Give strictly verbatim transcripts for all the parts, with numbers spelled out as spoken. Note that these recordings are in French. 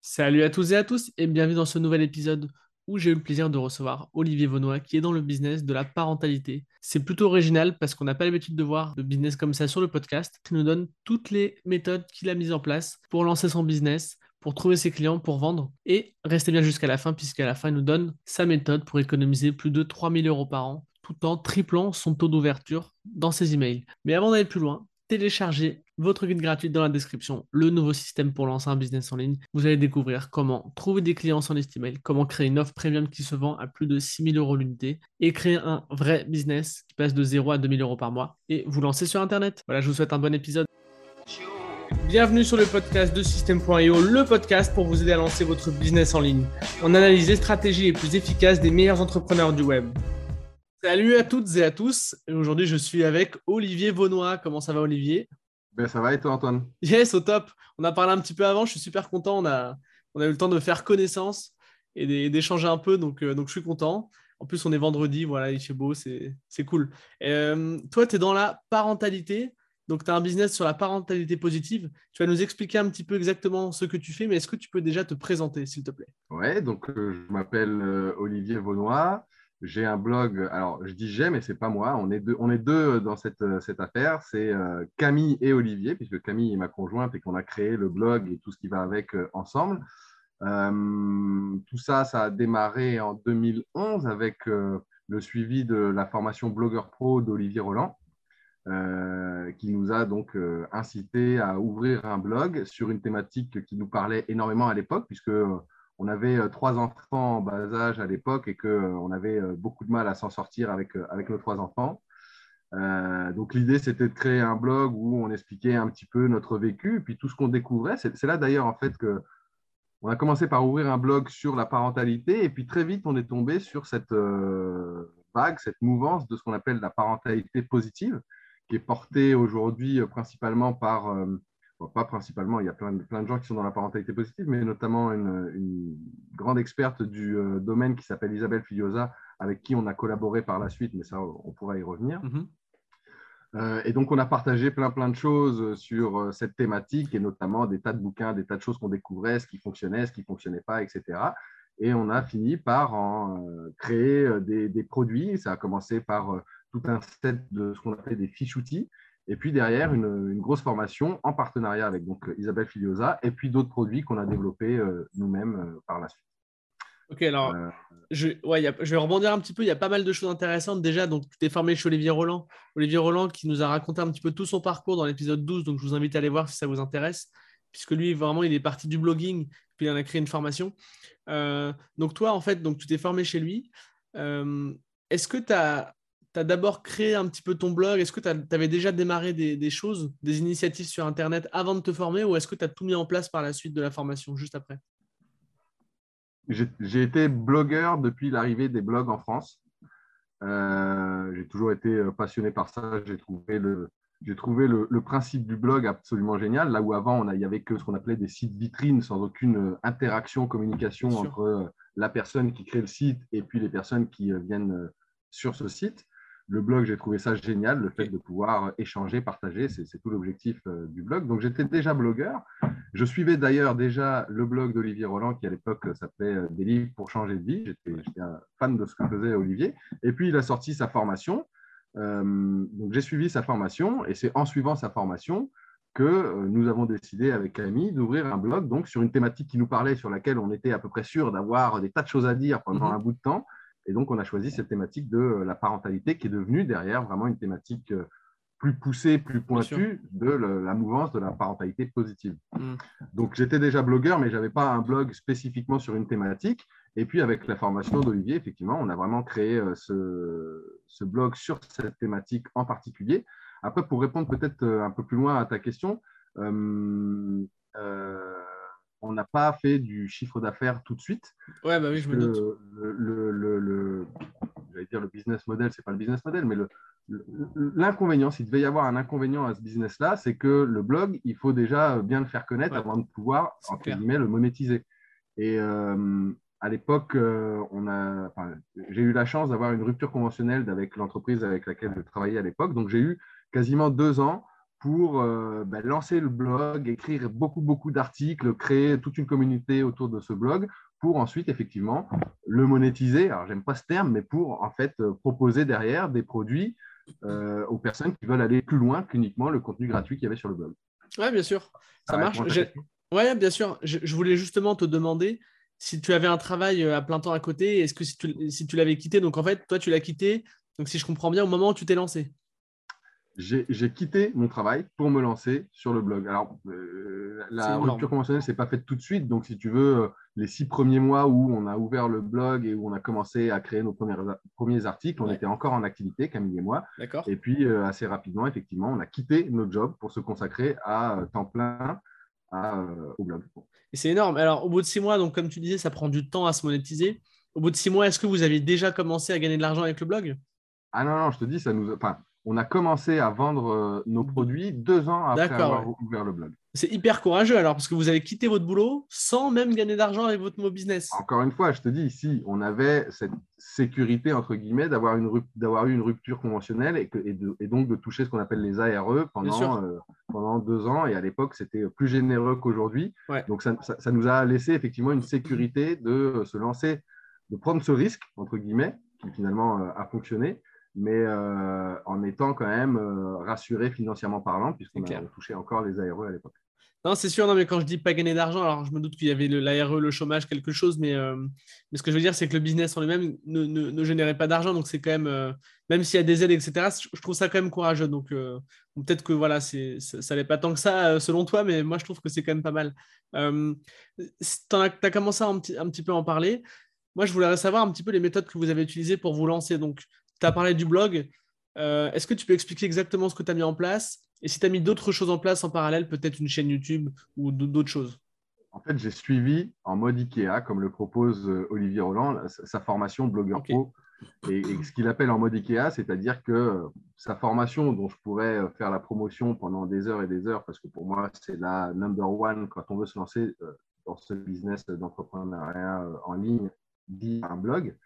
Salut à tous et à tous et bienvenue dans ce nouvel épisode où j'ai eu le plaisir de recevoir Olivier Vaunois qui est dans le business de la parentalité. C'est plutôt original parce qu'on n'a pas l'habitude de voir de business comme ça sur le podcast. Il nous donne toutes les méthodes qu'il a mises en place pour lancer son business, pour trouver ses clients, pour vendre. Et restez bien jusqu'à la fin puisqu'à la fin il nous donne sa méthode pour économiser plus de trois mille euros par an tout en triplant son taux d'ouverture dans ses emails. Mais avant d'aller plus loin, téléchargez votre guide gratuit dans la description, le nouveau système pour lancer un business en ligne. Vous allez découvrir comment trouver des clients sans liste email, comment créer une offre premium qui se vend à plus de six mille euros l'unité et créer un vrai business qui passe de zéro à deux mille euros par mois et vous lancer sur Internet. Voilà, je vous souhaite un bon épisode. Bienvenue sur le podcast de System point i o, le podcast pour vous aider à lancer votre business en ligne. On analyse les stratégies les plus efficaces des meilleurs entrepreneurs du web. Salut à toutes et à tous. Aujourd'hui, je suis avec Olivier Vaunois. Comment ça va, Olivier? Ben, ça va et toi, Antoine? Yes, au top. On a parlé un petit peu avant. Je suis super content. On a, on a eu le temps de faire connaissance et d'é- d'échanger un peu. Donc, euh, donc, je suis content. En plus, on est vendredi. Voilà, il fait beau. C'est, c'est cool. Euh, toi, tu es dans la parentalité. Donc, tu as un business sur la parentalité positive. Tu vas nous expliquer un petit peu exactement ce que tu fais. Mais est-ce que tu peux déjà te présenter, s'il te plaît? Ouais, donc euh, je m'appelle euh, Olivier Vaunois. J'ai un blog. Alors, je dis j'ai, mais c'est pas moi. On est deux, on est deux dans cette, euh, cette affaire. C'est euh, Camille et Olivier, puisque Camille est ma conjointe et qu'on a créé le blog et tout ce qui va avec euh, ensemble. Euh, tout ça, ça a démarré en deux mille onze avec euh, le suivi de la formation Blogueur Pro d'Olivier Roland. Euh, qui nous a donc euh, incité à ouvrir un blog sur une thématique qui nous parlait énormément à l'époque, puisque euh, on avait euh, trois enfants en bas âge à l'époque et qu'on euh, avait euh, beaucoup de mal à s'en sortir avec, euh, avec nos trois enfants. Euh, donc l'idée, c'était de créer un blog où on expliquait un petit peu notre vécu et puis tout ce qu'on découvrait. C'est, c'est là d'ailleurs en fait que on a commencé par ouvrir un blog sur la parentalité et puis très vite, on est tombé sur cette euh, vague, cette mouvance de ce qu'on appelle la parentalité positive, qui est portée aujourd'hui euh, principalement par, euh, bon, pas principalement, il y a plein de, plein de gens qui sont dans la parentalité positive, mais notamment une, une grande experte du euh, domaine qui s'appelle Isabelle Filiosa, avec qui on a collaboré par la suite, mais ça, on pourra y revenir. Mhm. Euh, et donc, on a partagé plein, plein de choses sur euh, cette thématique et notamment des tas de bouquins, des tas de choses qu'on découvrait, ce qui fonctionnait, ce qui ne fonctionnait pas, et cetera. Et on a fini par en euh, créer euh, des, des produits. Ça a commencé par euh, tout un set de ce qu'on appelait des fiches outils. Et puis derrière, une, une grosse formation en partenariat avec donc, Isabelle Filiosa et puis d'autres produits qu'on a développés euh, nous-mêmes euh, par la suite. Ok, alors, Euh, je, ouais, y a- je vais rebondir un petit peu. Il y a pas mal de choses intéressantes déjà. Donc, tu t'es formé chez Olivier Roland. Olivier Roland qui nous a raconté un petit peu tout son parcours dans l'épisode douze. Donc, je vous invite à aller voir si ça vous intéresse. Puisque lui, vraiment, il est parti du blogging. Puis, il en a créé une formation. Euh, donc, toi, en fait, donc, tu t'es formé chez lui. Euh, Est-ce que tu as, d'abord créé un petit peu ton blog? Est-ce que tu avais déjà démarré des, des choses, des initiatives sur Internet avant de te former? Ou est-ce que tu as tout mis en place par la suite de la formation, juste après? j'ai, j'ai été blogueur depuis l'arrivée des blogs en France. Euh, j'ai toujours été euh, passionné par ça. J'ai trouvé le, j'ai trouvé le, le principe du blog absolument génial. Là où avant, on a, il n'y avait que ce qu'on appelait des sites vitrines sans aucune euh, interaction, Bien communication sûr. entre euh, la personne qui crée le site et puis les personnes qui euh, viennent euh, sur ce site. Le blog, j'ai trouvé ça génial, le fait Ok. de pouvoir échanger, partager, c'est, c'est tout l'objectif euh, du blog. Donc j'étais déjà blogueur. Je suivais d'ailleurs déjà le blog d'Olivier Roland qui à l'époque s'appelait euh, Des livres pour changer de vie. J'étais, j'étais un fan de ce que faisait Olivier. Et puis, il a sorti sa formation. Euh, donc, j'ai suivi sa formation et c'est en suivant sa formation que euh, nous avons décidé avec Camille d'ouvrir un blog donc, sur une thématique qui nous parlait, sur laquelle on était à peu près sûr d'avoir des tas de choses à dire pendant un Mhm. bout de temps. Et donc, on a choisi cette thématique de euh, la parentalité qui est devenue derrière vraiment une thématique euh, plus poussée, plus Bien sûr. pointue de le, la mouvance de la parentalité positive. Mhm. Donc, j'étais déjà blogueur, mais je n'avais pas un blog spécifiquement sur une thématique. Et puis, avec la formation d'Olivier, effectivement, on a vraiment créé euh, ce, ce blog sur cette thématique en particulier. Après, pour répondre peut-être euh, un peu plus loin à ta question, euh, euh, on n'a pas fait du chiffre d'affaires tout de suite, Ouais, bah oui, je puisque me doute. le, le, le, le j'allais dire le business model, c'est pas le business model, mais le, l'inconvénient, s'il devait y avoir un inconvénient à ce business-là, c'est que le blog, il faut déjà bien le faire connaître Ouais, avant de pouvoir, c'est entre clair. guillemets, le monétiser. Et euh, à l'époque, euh, on a, enfin, j'ai eu la chance d'avoir une rupture conventionnelle avec l'entreprise avec laquelle je travaillais à l'époque. Donc, j'ai eu quasiment deux ans pour euh, bah, lancer le blog, écrire beaucoup, beaucoup d'articles, créer toute une communauté autour de ce blog pour ensuite, effectivement, le monétiser. Alors, j'aime pas ce terme, mais pour, en fait, euh, proposer derrière des produits euh, aux personnes qui veulent aller plus loin qu'uniquement le contenu gratuit qu'il y avait sur le blog. Ouais, bien sûr, ça Ça marche. répond à ta J'ai- question? Ouais, bien sûr. Je, je voulais justement te demander si tu avais un travail euh, à plein temps à côté, est-ce que si tu, si tu l'avais quitté, donc en fait, toi, tu l'as quitté, donc si je comprends bien, au moment où tu t'es lancé. J'ai j'ai quitté mon travail pour me lancer sur le blog. Alors, euh, C'est la rupture énorme. conventionnelle, c'est pas faite tout de suite. Donc, si tu veux, euh, les six premiers mois où on a ouvert le blog et où on a commencé à créer nos premiers, premiers articles, on Ouais, était encore en activité, Camille et moi. d'accord. Et puis, euh, assez rapidement, effectivement, on a quitté notre job pour se consacrer à euh, temps plein à, euh, au blog. Et c'est énorme. Alors, au bout de six mois, donc comme tu disais, ça prend du temps à se monétiser. Au bout de six mois, est-ce que vous avez déjà commencé à gagner de l'argent avec le blog? Ah non, non, je te dis, ça nous, a- enfin, on a commencé à vendre euh, nos De- produits deux ans après D'accord, ouais. avoir ouvert le blog. C'est hyper courageux alors, parce que vous avez quitté votre boulot sans même gagner d'argent avec votre mot business. Encore une fois, je te dis, si on avait cette sécurité, entre guillemets, d'avoir une, rup- d'avoir eu une rupture conventionnelle et, que, et, de- et donc de toucher ce qu'on appelle les A R E Bien pendant, sûr. euh, pendant deux ans. Et à l'époque, c'était plus généreux qu'aujourd'hui. Ouais. Donc, ça, ça- ça nous a laissé effectivement une sécurité de se lancer, de prendre ce risque, entre guillemets, qui finalement euh, a fonctionné, mais euh, en étant quand même euh, rassuré financièrement parlant, C'est puisqu'on a, clair. on touchait encore les A R E à l'époque. Non, c'est sûr, non, mais quand je dis pas gagner d'argent, alors je me doute qu'il y avait l'A R E, le chômage, quelque chose, mais, euh, mais ce que je veux dire, c'est que le business en lui-même ne, ne, ne générait pas d'argent, donc c'est quand même, euh, même s'il y a des aides, et cetera, je je trouve ça quand même courageux. Donc euh, peut-être que voilà, c'est, ça, ça n'est pas tant que ça euh, selon toi, mais moi je trouve que c'est quand même pas mal. Euh, tu as commencé à un petit, un petit peu à en parler. Moi, je voudrais savoir un petit peu les méthodes que vous avez utilisées pour vous lancer. Donc, tu as parlé du blog. Euh, est-ce que tu peux expliquer exactement ce que tu as mis en place? Et si tu as mis d'autres choses en place en parallèle, peut-être une chaîne YouTube ou d'autres choses? En fait, j'ai suivi en mode IKEA, comme le propose euh, Olivier Roland, sa, sa formation blogueur Ok. pro. Et, et ce qu'il appelle en mode IKEA, c'est-à-dire que euh, sa formation, dont je pourrais euh, faire la promotion pendant des heures et des heures, parce que pour moi, c'est la number one quand on veut se lancer euh, dans ce business d'entrepreneuriat euh, en ligne, dit un blog.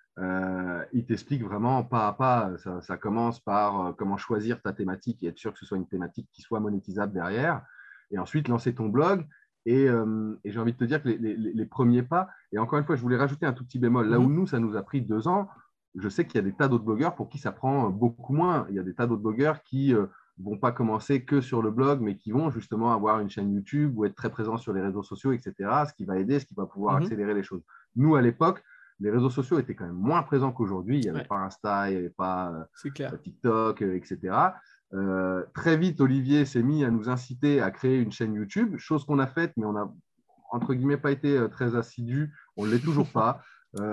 Euh, il t'explique vraiment pas à pas. Ça, ça commence par euh, comment choisir ta thématique et être sûr que ce soit une thématique qui soit monétisable derrière. Et ensuite, lancer ton blog. Et, euh, et j'ai envie de te dire que les, les, les, premiers pas, et encore une fois, je voulais rajouter un tout petit bémol. Là où Mhm. nous, ça nous a pris deux ans, je sais qu'il y a des tas d'autres blogueurs pour qui ça prend beaucoup moins. Il y a des tas d'autres blogueurs qui euh, vont pas commencer que sur le blog, mais qui vont justement avoir une chaîne YouTube ou être très présents sur les réseaux sociaux, et cetera, ce qui va aider, ce qui va pouvoir Mhm. accélérer les choses. Nous, à l'époque, les réseaux sociaux étaient quand même moins présents qu'aujourd'hui. Il n'y avait Ouais, pas Insta, il n'y avait pas c'est euh, clair. TikTok, euh, et cetera. Euh, très vite, Olivier s'est mis à nous inciter à créer une chaîne YouTube, chose qu'on a faite, mais on a, entre guillemets, pas été euh, très assidus. On ne l'est toujours pas.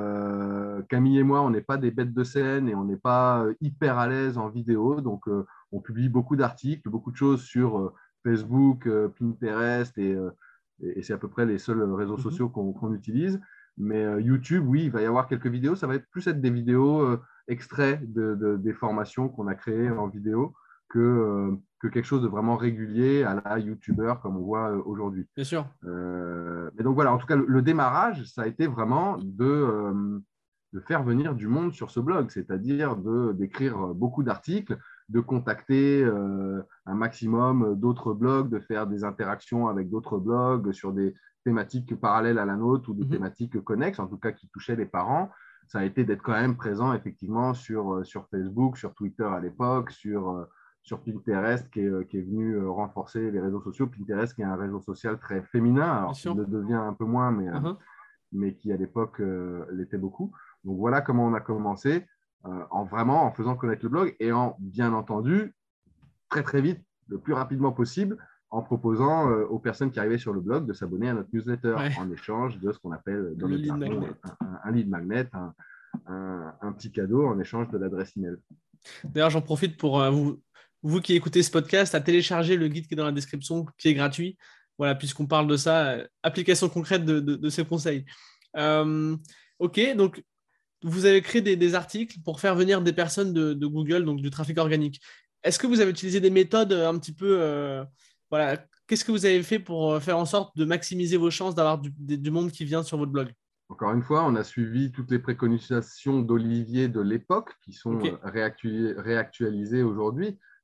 Euh, Camille et moi, on n'est pas des bêtes de scène et on n'est pas euh, hyper à l'aise en vidéo. Donc, euh, on publie beaucoup d'articles, beaucoup de choses sur euh, Facebook, euh, Pinterest et, euh, et, et c'est à peu près les seuls réseaux Mhm. sociaux qu'on qu'on utilise. Mais euh, YouTube, oui, il va y avoir quelques vidéos. Ça va être plus être des vidéos euh, extraits de, de, des formations qu'on a créées en vidéo que, euh, que quelque chose de vraiment régulier à la YouTuber comme on voit euh, aujourd'hui. Bien sûr. Euh, mais donc voilà, en tout cas, le, le démarrage, ça a été vraiment de, euh, de faire venir du monde sur ce blog, c'est-à-dire de, d'écrire beaucoup d'articles, de contacter euh, un maximum d'autres blogs, de faire des interactions avec d'autres blogs sur des thématiques parallèles à la nôtre ou des Mhm. thématiques connexes, en tout cas qui touchaient les parents. Ça a été d'être quand même présent effectivement sur, sur Facebook, sur Twitter à l'époque, sur, sur Pinterest qui est, qui est venu renforcer les réseaux sociaux. Pinterest qui est un réseau social très féminin, Bien alors qui sûr. le devient un peu moins, mais, Mhm. mais qui à l'époque euh, l'était beaucoup. Donc voilà comment on a commencé, euh, en vraiment en faisant connaître le blog et en, bien entendu, très très vite, le plus rapidement possible, en proposant euh, aux personnes qui arrivaient sur le blog de s'abonner à notre newsletter Ouais, en échange de ce qu'on appelle dans le notre lead jargon magnet. un, un, un lead magnet, un, un, un, petit cadeau en échange de l'adresse email. D'ailleurs, j'en profite pour euh, vous, vous qui écoutez ce podcast, à télécharger le guide qui est dans la description, qui est gratuit. Voilà, puisqu'on parle de ça, euh, application concrète de, de, de ces conseils. Euh, ok, donc vous avez créé des, des articles pour faire venir des personnes de, de Google, donc du trafic organique. Est-ce que vous avez utilisé des méthodes un petit peu, euh, voilà, qu'est-ce que vous avez fait pour faire en sorte de maximiser vos chances d'avoir du, du monde qui vient sur votre blog? Encore une fois, on a suivi toutes les préconisations d'Olivier de l'époque qui sont Ok, réactu réactualisées aujourd'hui.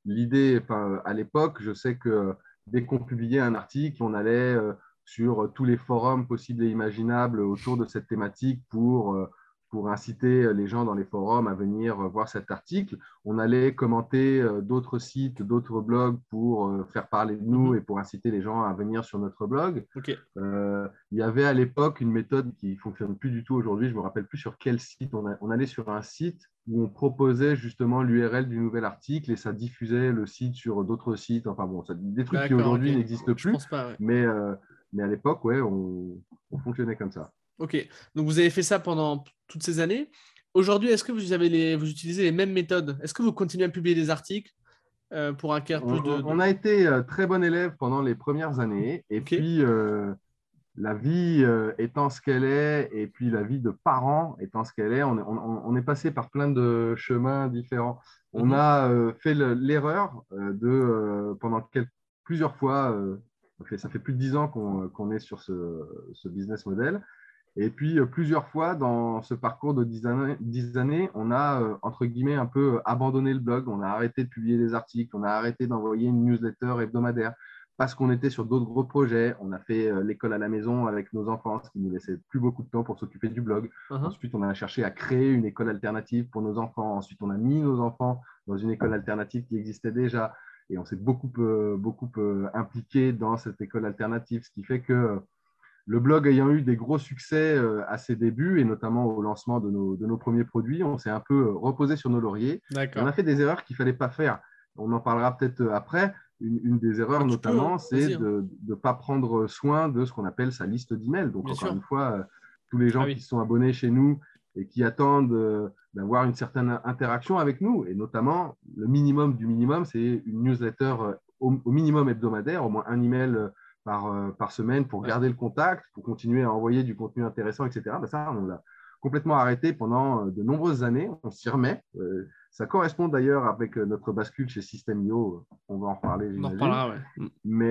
l'idée, enfin, à l'époque, je sais que dès qu'on publiait un article, on allait euh, sur tous les forums possibles et imaginables autour de cette thématique pour, euh, pour inciter les gens dans les forums à venir voir cet article. On allait commenter euh, d'autres sites, d'autres blogs pour euh, faire parler de nous Mhm. et pour inciter les gens à venir sur notre blog. Ok. Euh, il y avait à l'époque une méthode qui ne fonctionne plus du tout aujourd'hui. Je ne me rappelle plus sur quel site. On, a, on allait sur un site où on proposait justement l'U R L du nouvel article et ça diffusait le site sur d'autres sites. Enfin bon, ça, des trucs qui D'accord, aujourd'hui ok. n'existent Je plus. pense pas, ouais. Mais, euh, mais à l'époque, ouais, on, on fonctionnait comme ça. Ok. Donc vous avez fait ça pendant toutes ces années. Aujourd'hui, est-ce que vous avez les, vous utilisez les mêmes méthodes? Est-ce que vous continuez à publier des articles euh, pour acquérir On, plus de, on- de- on a été euh, très bon élève pendant les premières années. Et Ok. puis, euh, la vie euh, étant ce qu'elle est, et puis la vie de parents étant ce qu'elle est, on, est- on- on est passé par plein de chemins différents. On Mhm. a euh, fait le- l'erreur euh, de, euh, pendant quel- plusieurs fois, euh, ça fait, ça fait plus de dix ans qu'on qu'on est sur ce, ce business model, et puis, euh, plusieurs fois dans ce parcours de dix années, dix années, on a, euh, entre guillemets, un peu abandonné le blog. On a arrêté de publier des articles, on a arrêté d'envoyer une newsletter hebdomadaire parce qu'on était sur d'autres gros projets. On a fait euh, l'école à la maison avec nos enfants, ce qui nous laissait plus beaucoup de temps pour s'occuper du blog. Mhm. Ensuite, on a cherché à créer une école alternative pour nos enfants. Ensuite, on a mis nos enfants dans une école alternative qui existait déjà. Et on s'est beaucoup, euh, beaucoup euh, impliqué dans cette école alternative, ce qui fait que le blog ayant eu des gros succès euh, à ses débuts, et notamment au lancement de nos, de nos premiers produits, on s'est un peu euh, reposé sur nos lauriers et on a D'accord. fait des erreurs qu'il ne fallait pas faire. On en parlera peut-être euh, après. Une, une des erreurs, Bah, tu peux, hein. notamment, c'est Vas-y, hein. de ne pas prendre soin de ce qu'on appelle sa liste d'emails. Donc, Bien encore sûr. une fois, euh, tous les Ah gens qui oui. se sont abonnés chez nous et qui attendent euh, d'avoir une certaine interaction avec nous, et notamment, le minimum du minimum, c'est une newsletter euh, au, au minimum hebdomadaire, au moins un email euh, par, euh, par semaine pour Ouais. garder le contact, pour continuer à envoyer du contenu intéressant, et cetera. Ben ça, on l'a complètement arrêté pendant de nombreuses années. On s'y remet. Euh, ça correspond d'ailleurs avec notre bascule chez System.io. On va en reparler, On en j'imagine. reparlera, ouais. Mm. Mais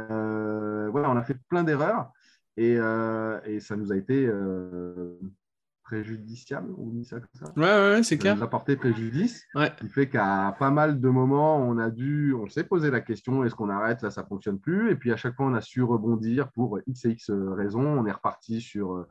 euh, voilà, on a fait plein d'erreurs et, euh, et ça nous a été euh, préjudiciable, on dit ça comme ça. Ouais, ouais, ouais, c'est Ça nous clair. a porté préjudice, Ouais. qui fait qu'à pas mal de moments, on a dû, on s'est posé la question, est-ce qu'on arrête, là, ça ne fonctionne plus. Et puis à chaque fois, on a su rebondir pour X et X raisons. On est reparti sur,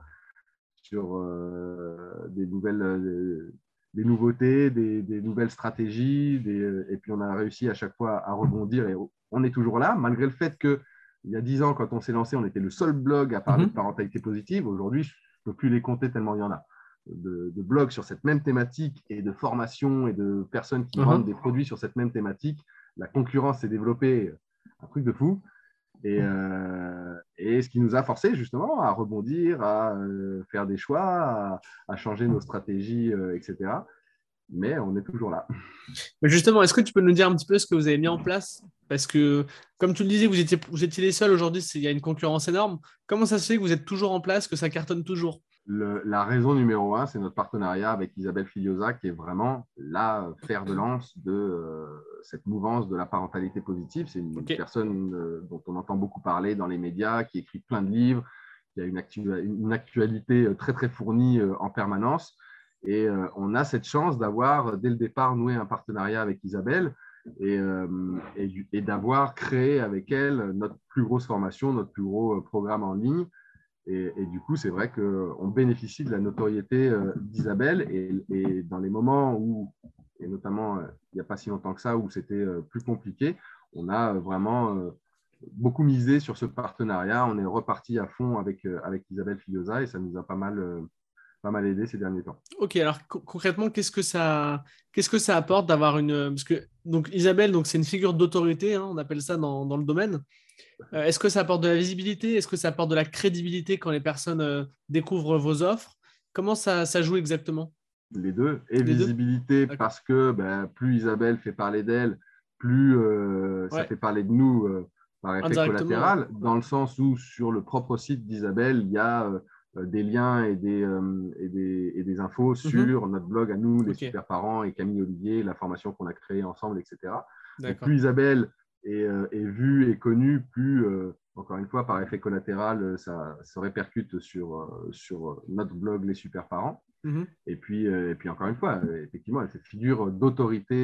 sur euh, des nouvelles, euh, des nouveautés, des, des nouvelles stratégies. Des, et puis on a réussi à chaque fois à rebondir et on est toujours là, malgré le fait que il y a dix ans, quand on s'est lancé, on était le seul blog à parler de Mhm. parentalité positive. Aujourd'hui, je ne peux plus les compter tellement il y en a. De, de blogs sur cette même thématique et de formations et de personnes qui vendent Mhm. des produits sur cette même thématique. La concurrence s'est développée, un truc de fou. Et, euh, et ce qui nous a forcé justement à rebondir, à euh, faire des choix, à, à changer nos stratégies, euh, et cetera. Mais on est toujours là. Mais justement, est-ce que tu peux nous dire un petit peu ce que vous avez mis en place? Parce que, comme tu le disais, vous étiez, vous étiez les seuls aujourd'hui, c'est- il y a une concurrence énorme. Comment ça se fait que vous êtes toujours en place, que ça cartonne toujours? Le, la raison numéro un, c'est notre partenariat avec Isabelle Filiosa, qui est vraiment la fer de lance de euh, cette mouvance de la parentalité positive. C'est une Ok, personne euh, dont on entend beaucoup parler dans les médias, qui écrit plein de livres, qui a une, actu une actualité très très fournie euh, en permanence. Et euh, on a cette chance d'avoir, dès le départ, noué un partenariat avec Isabelle et, euh, et, et d'avoir créé avec elle notre plus grosse formation, notre plus gros programme en ligne. Et, et, du coup, c'est vrai qu'on bénéficie de la notoriété euh, d'Isabelle et, et, dans les moments où, et notamment euh, il n'y a pas si longtemps que ça, où c'était euh, plus compliqué, on a vraiment euh, beaucoup misé sur ce partenariat. On est reparti à fond avec, euh, avec Isabelle Filiosa et ça nous a pas mal, euh, pas mal aidé ces derniers temps. ok. Alors co- concrètement, qu'est-ce que ça, qu'est-ce que ça apporte d'avoir une, parce que donc Isabelle, donc c'est une figure d'autorité, hein, on appelle ça dans, dans le domaine. Euh, est-ce que ça apporte de la visibilité? Est-ce que ça apporte de la crédibilité quand les personnes euh, découvrent vos offres? Comment ça, ça joue exactement? Les deux, et Les deux? visibilité D'accord. parce que ben, plus Isabelle fait parler d'elle, plus euh, ça Ouais, fait parler de nous euh, par effet indirectement, ouais. collatéral, Ouais. dans le sens où sur le propre site d'Isabelle, il y a euh, des liens et des, euh, et, des, et des infos Mhm. sur notre blog à nous, les Ok, super parents, et Camille Olivier, la formation qu'on a créée ensemble, et cetera. Donc d'accord. plus Isabelle est, euh, est vue et connue, plus, euh, encore une fois, par effet collatéral, ça se répercute sur, euh, sur notre blog Les Super Parents. Mhm. Et puis, euh, et puis encore une fois, euh, effectivement, elle fait figure d'autorité euh,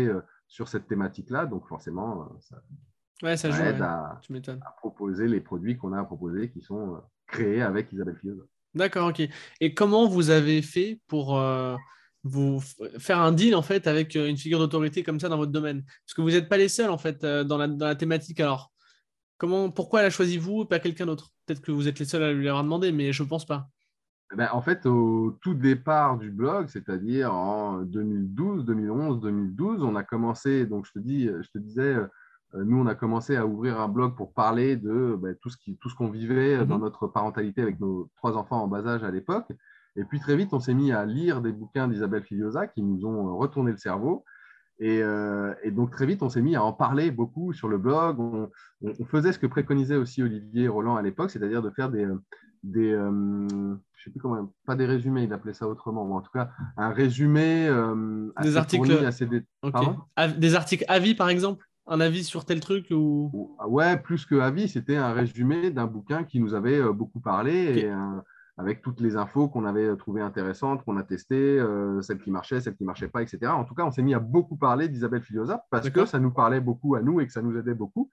sur cette thématique-là. Donc, forcément, ça, Ouais, ça ça joue, aide ouais. à, Tu m'étonnes. à proposer les produits qu'on a à proposer qui sont euh, créés avec Isabelle Fillosa. D'accord, ok. Et comment vous avez fait pour euh, vous f- faire un deal en fait avec euh, une figure d'autorité comme ça dans votre domaine? Parce que vous n'êtes pas les seuls en fait euh, dans la, dans la thématique. Alors, comment, pourquoi elle a choisi vous et pas quelqu'un d'autre? Peut-être que vous êtes les seuls à lui avoir demandé, mais je pense pas. Eh ben, en fait, au tout départ du blog, c'est-à-dire en deux mille douze, deux mille onze, deux mille douze, on a commencé, donc je te dis, je te disais, euh, nous, on a commencé à ouvrir un blog pour parler de ben, tout ce qui, tout ce qu'on vivait dans Mhm. notre parentalité avec nos trois enfants en bas âge à l'époque. Et puis très vite, on s'est mis à lire des bouquins d'Isabelle Filiosa qui nous ont retourné le cerveau. Et, euh, et donc très vite, on s'est mis à en parler beaucoup sur le blog. On, on- on faisait ce que préconisait aussi Olivier Roland à l'époque, c'est-à-dire de faire des, des euh, je sais plus comment, pas des résumés, il appelait ça autrement, mais en tout cas un résumé euh, Des assez fourni, articles, assez dé... ok. Pardon? Av- Des articles avis par exemple? Un avis sur tel truc ou. Ou- Ouais, plus que avis, c'était un résumé d'un bouquin qui nous avait euh, beaucoup parlé et Ok. un- avec toutes les infos qu'on avait trouvées intéressantes, qu'on a testées, euh, celles qui marchaient, celles qui ne marchaient pas, et cetera. En tout cas, on s'est mis à beaucoup parler d'Isabelle Filiosa parce que D'accord? ça nous parlait beaucoup à nous et que ça nous aidait beaucoup.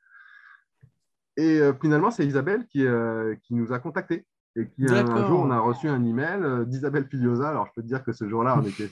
Et euh, finalement, c'est Isabelle qui, euh, qui nous a contactés. Et qui, un, un jour, on D'accord. a reçu un email euh, d'Isabelle Filiosa. Alors, je peux te dire que ce jour-là, on était.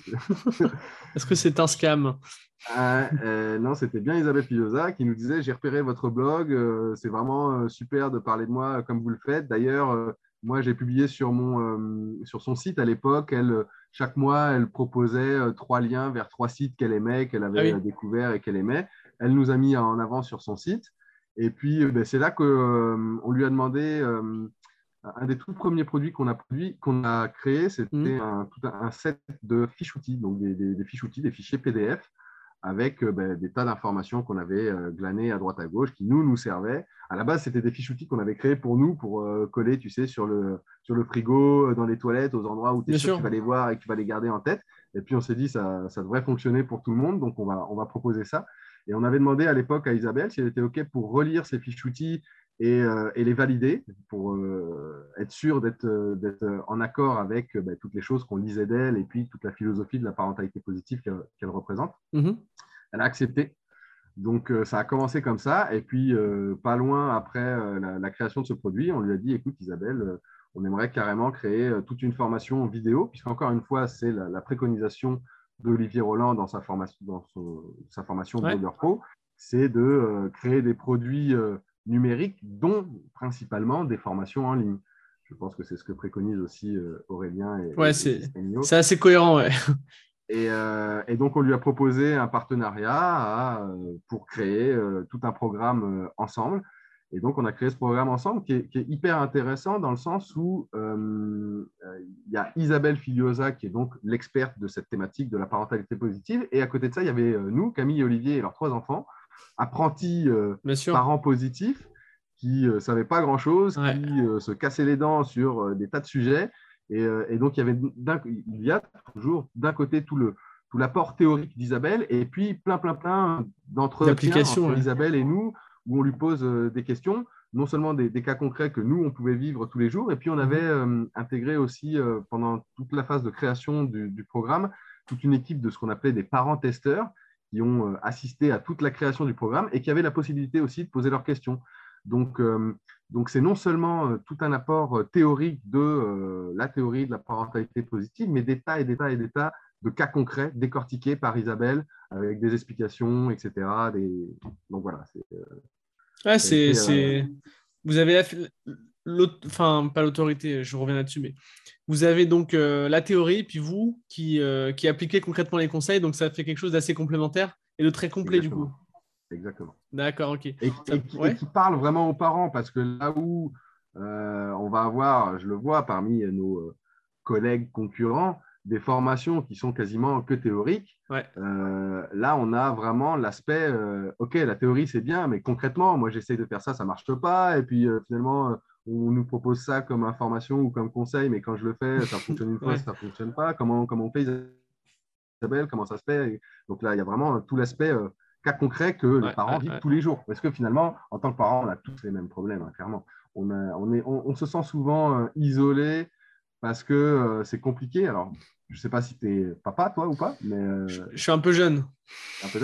Est-ce que c'est un scam? Ah, euh, non, c'était bien Isabelle Filiosa qui nous disait, j'ai repéré votre blog, euh, c'est vraiment euh, super de parler de moi euh, comme vous le faites. D'ailleurs, euh, moi, j'ai publié sur, mon, euh, sur son site à l'époque, elle, euh, chaque mois, elle proposait euh, trois liens vers trois sites qu'elle aimait, qu'elle Ah avait euh, oui. découverts et qu'elle aimait. Elle nous a mis en avant sur son site. Et puis, euh, ben, c'est là qu'on euh, lui a demandé, euh, un des tout premiers produits qu'on a produit, qu'on a créé, Mhm. c'était un, tout un, un set de fiches outils, donc des, des, des fiches outils, des fichiers P D F avec euh, ben, des tas d'informations qu'on avait euh, glanées à droite à gauche qui nous nous servaient. À la base, c'était des fiches outils qu'on avait créés pour nous pour euh, coller, tu sais, sur le, sur le frigo, euh, dans les toilettes, aux endroits où tu es Bien sûr que tu sûr. vas les voir et que tu vas les garder en tête. Et puis on s'est dit ça, ça devrait fonctionner pour tout le monde, donc on va, on va proposer ça. Et on avait demandé à l'époque à Isabelle si elle était OK pour relire ces fiches outils et, euh, et les valider pour euh, être sûr d'être euh, d'être en accord avec euh, ben, toutes les choses qu'on lisait d'elle et puis toute la philosophie de la parentalité positive qu'elle qu'elle représente. Mhm. Elle a accepté. Donc, euh, ça a commencé comme ça. Et puis, euh, pas loin après euh, la, la création de ce produit, on lui a dit, écoute, Isabelle, euh, on aimerait carrément créer euh, toute une formation vidéo, puisqu'encore une fois, c'est la, la préconisation d'Olivier Roland dans sa formation, dans son- sa formation Ouais. Blogueur Pro, c'est de euh, créer des produits euh, numériques, dont principalement des formations en ligne. Je pense que c'est ce que préconise aussi euh, Aurélien et, Ouais, et, et c'est Cristina. c'est assez cohérent, ouais. Et, euh, et donc, on lui a proposé un partenariat à, euh, pour créer euh, tout un programme euh, ensemble. Et donc, on a créé ce programme ensemble qui est, qui est hyper intéressant dans le sens où euh, euh, il y a Isabelle Filiosa qui est donc l'experte de cette thématique de la parentalité positive. Et à côté de ça, il y avait euh, nous, Camille et Olivier et leurs trois enfants, apprentis euh, Bien sûr. parents positifs, qui ne euh, savaient pas grand-chose, Ouais. qui euh, se cassaient les dents sur euh, des tas de sujets. Et, euh, et donc, il y, avait il y a toujours d'un côté tout le tout l'apport théorique d'Isabelle et puis plein, plein, plein d'entretiens D'application, entre ouais. Isabelle et nous où on lui pose euh, des questions, non seulement des, des, cas concrets que nous, on pouvait vivre tous les jours, et puis on avait Mhm. euh, intégré aussi euh, pendant toute la phase de création du, du programme toute une équipe de ce qu'on appelait des parents-testeurs qui ont euh, assisté à toute la création du programme et qui avaient la possibilité aussi de poser leurs questions. Donc, euh, donc c'est non seulement euh, tout un apport euh, théorique de euh, la théorie de la parentalité positive, mais des tas et des tas et des tas de cas concrets décortiqués par Isabelle avec des explications, et cetera. Des... Donc voilà, c'est, euh, Ouais, ça a c'est, été. Euh, c'est... Vous avez la- l'aut- enfin, pas l'autorité, je reviens là-dessus, mais vous avez donc euh, la théorie, puis vous qui, euh, qui appliquez concrètement les conseils, donc ça fait quelque chose d'assez complémentaire et de très complet du exactement. coup. Exactement. D'accord, ok. Et, Ça... et, qui, et Ouais, qui parle vraiment aux parents, parce que là où euh, on va avoir, je le vois parmi nos euh, collègues concurrents, des formations qui sont quasiment que théoriques, ouais, euh, là on a vraiment l'aspect, euh, ok, la théorie c'est bien, mais concrètement, moi j'essaye de faire ça, ça ne marche pas, et puis euh, finalement, euh, on nous propose ça comme information ou comme conseil, mais quand je le fais, ça fonctionne une fois, ouais, ça ne fonctionne pas. Comment, comment on fait, Isabelle, comment ça se fait? Et donc là, il y a vraiment tout l'aspect euh, cas concret que les ouais, parents ouais, vivent ouais. tous les jours. Parce que finalement, en tant que parents, on a tous les mêmes problèmes, hein, clairement. On, a, on, est, on, on, se sent souvent euh, isolé parce que euh, c'est compliqué. Alors, je ne sais pas si tu es papa, toi, ou pas, mais Je, euh, je suis un peu jeune. un peu jeune.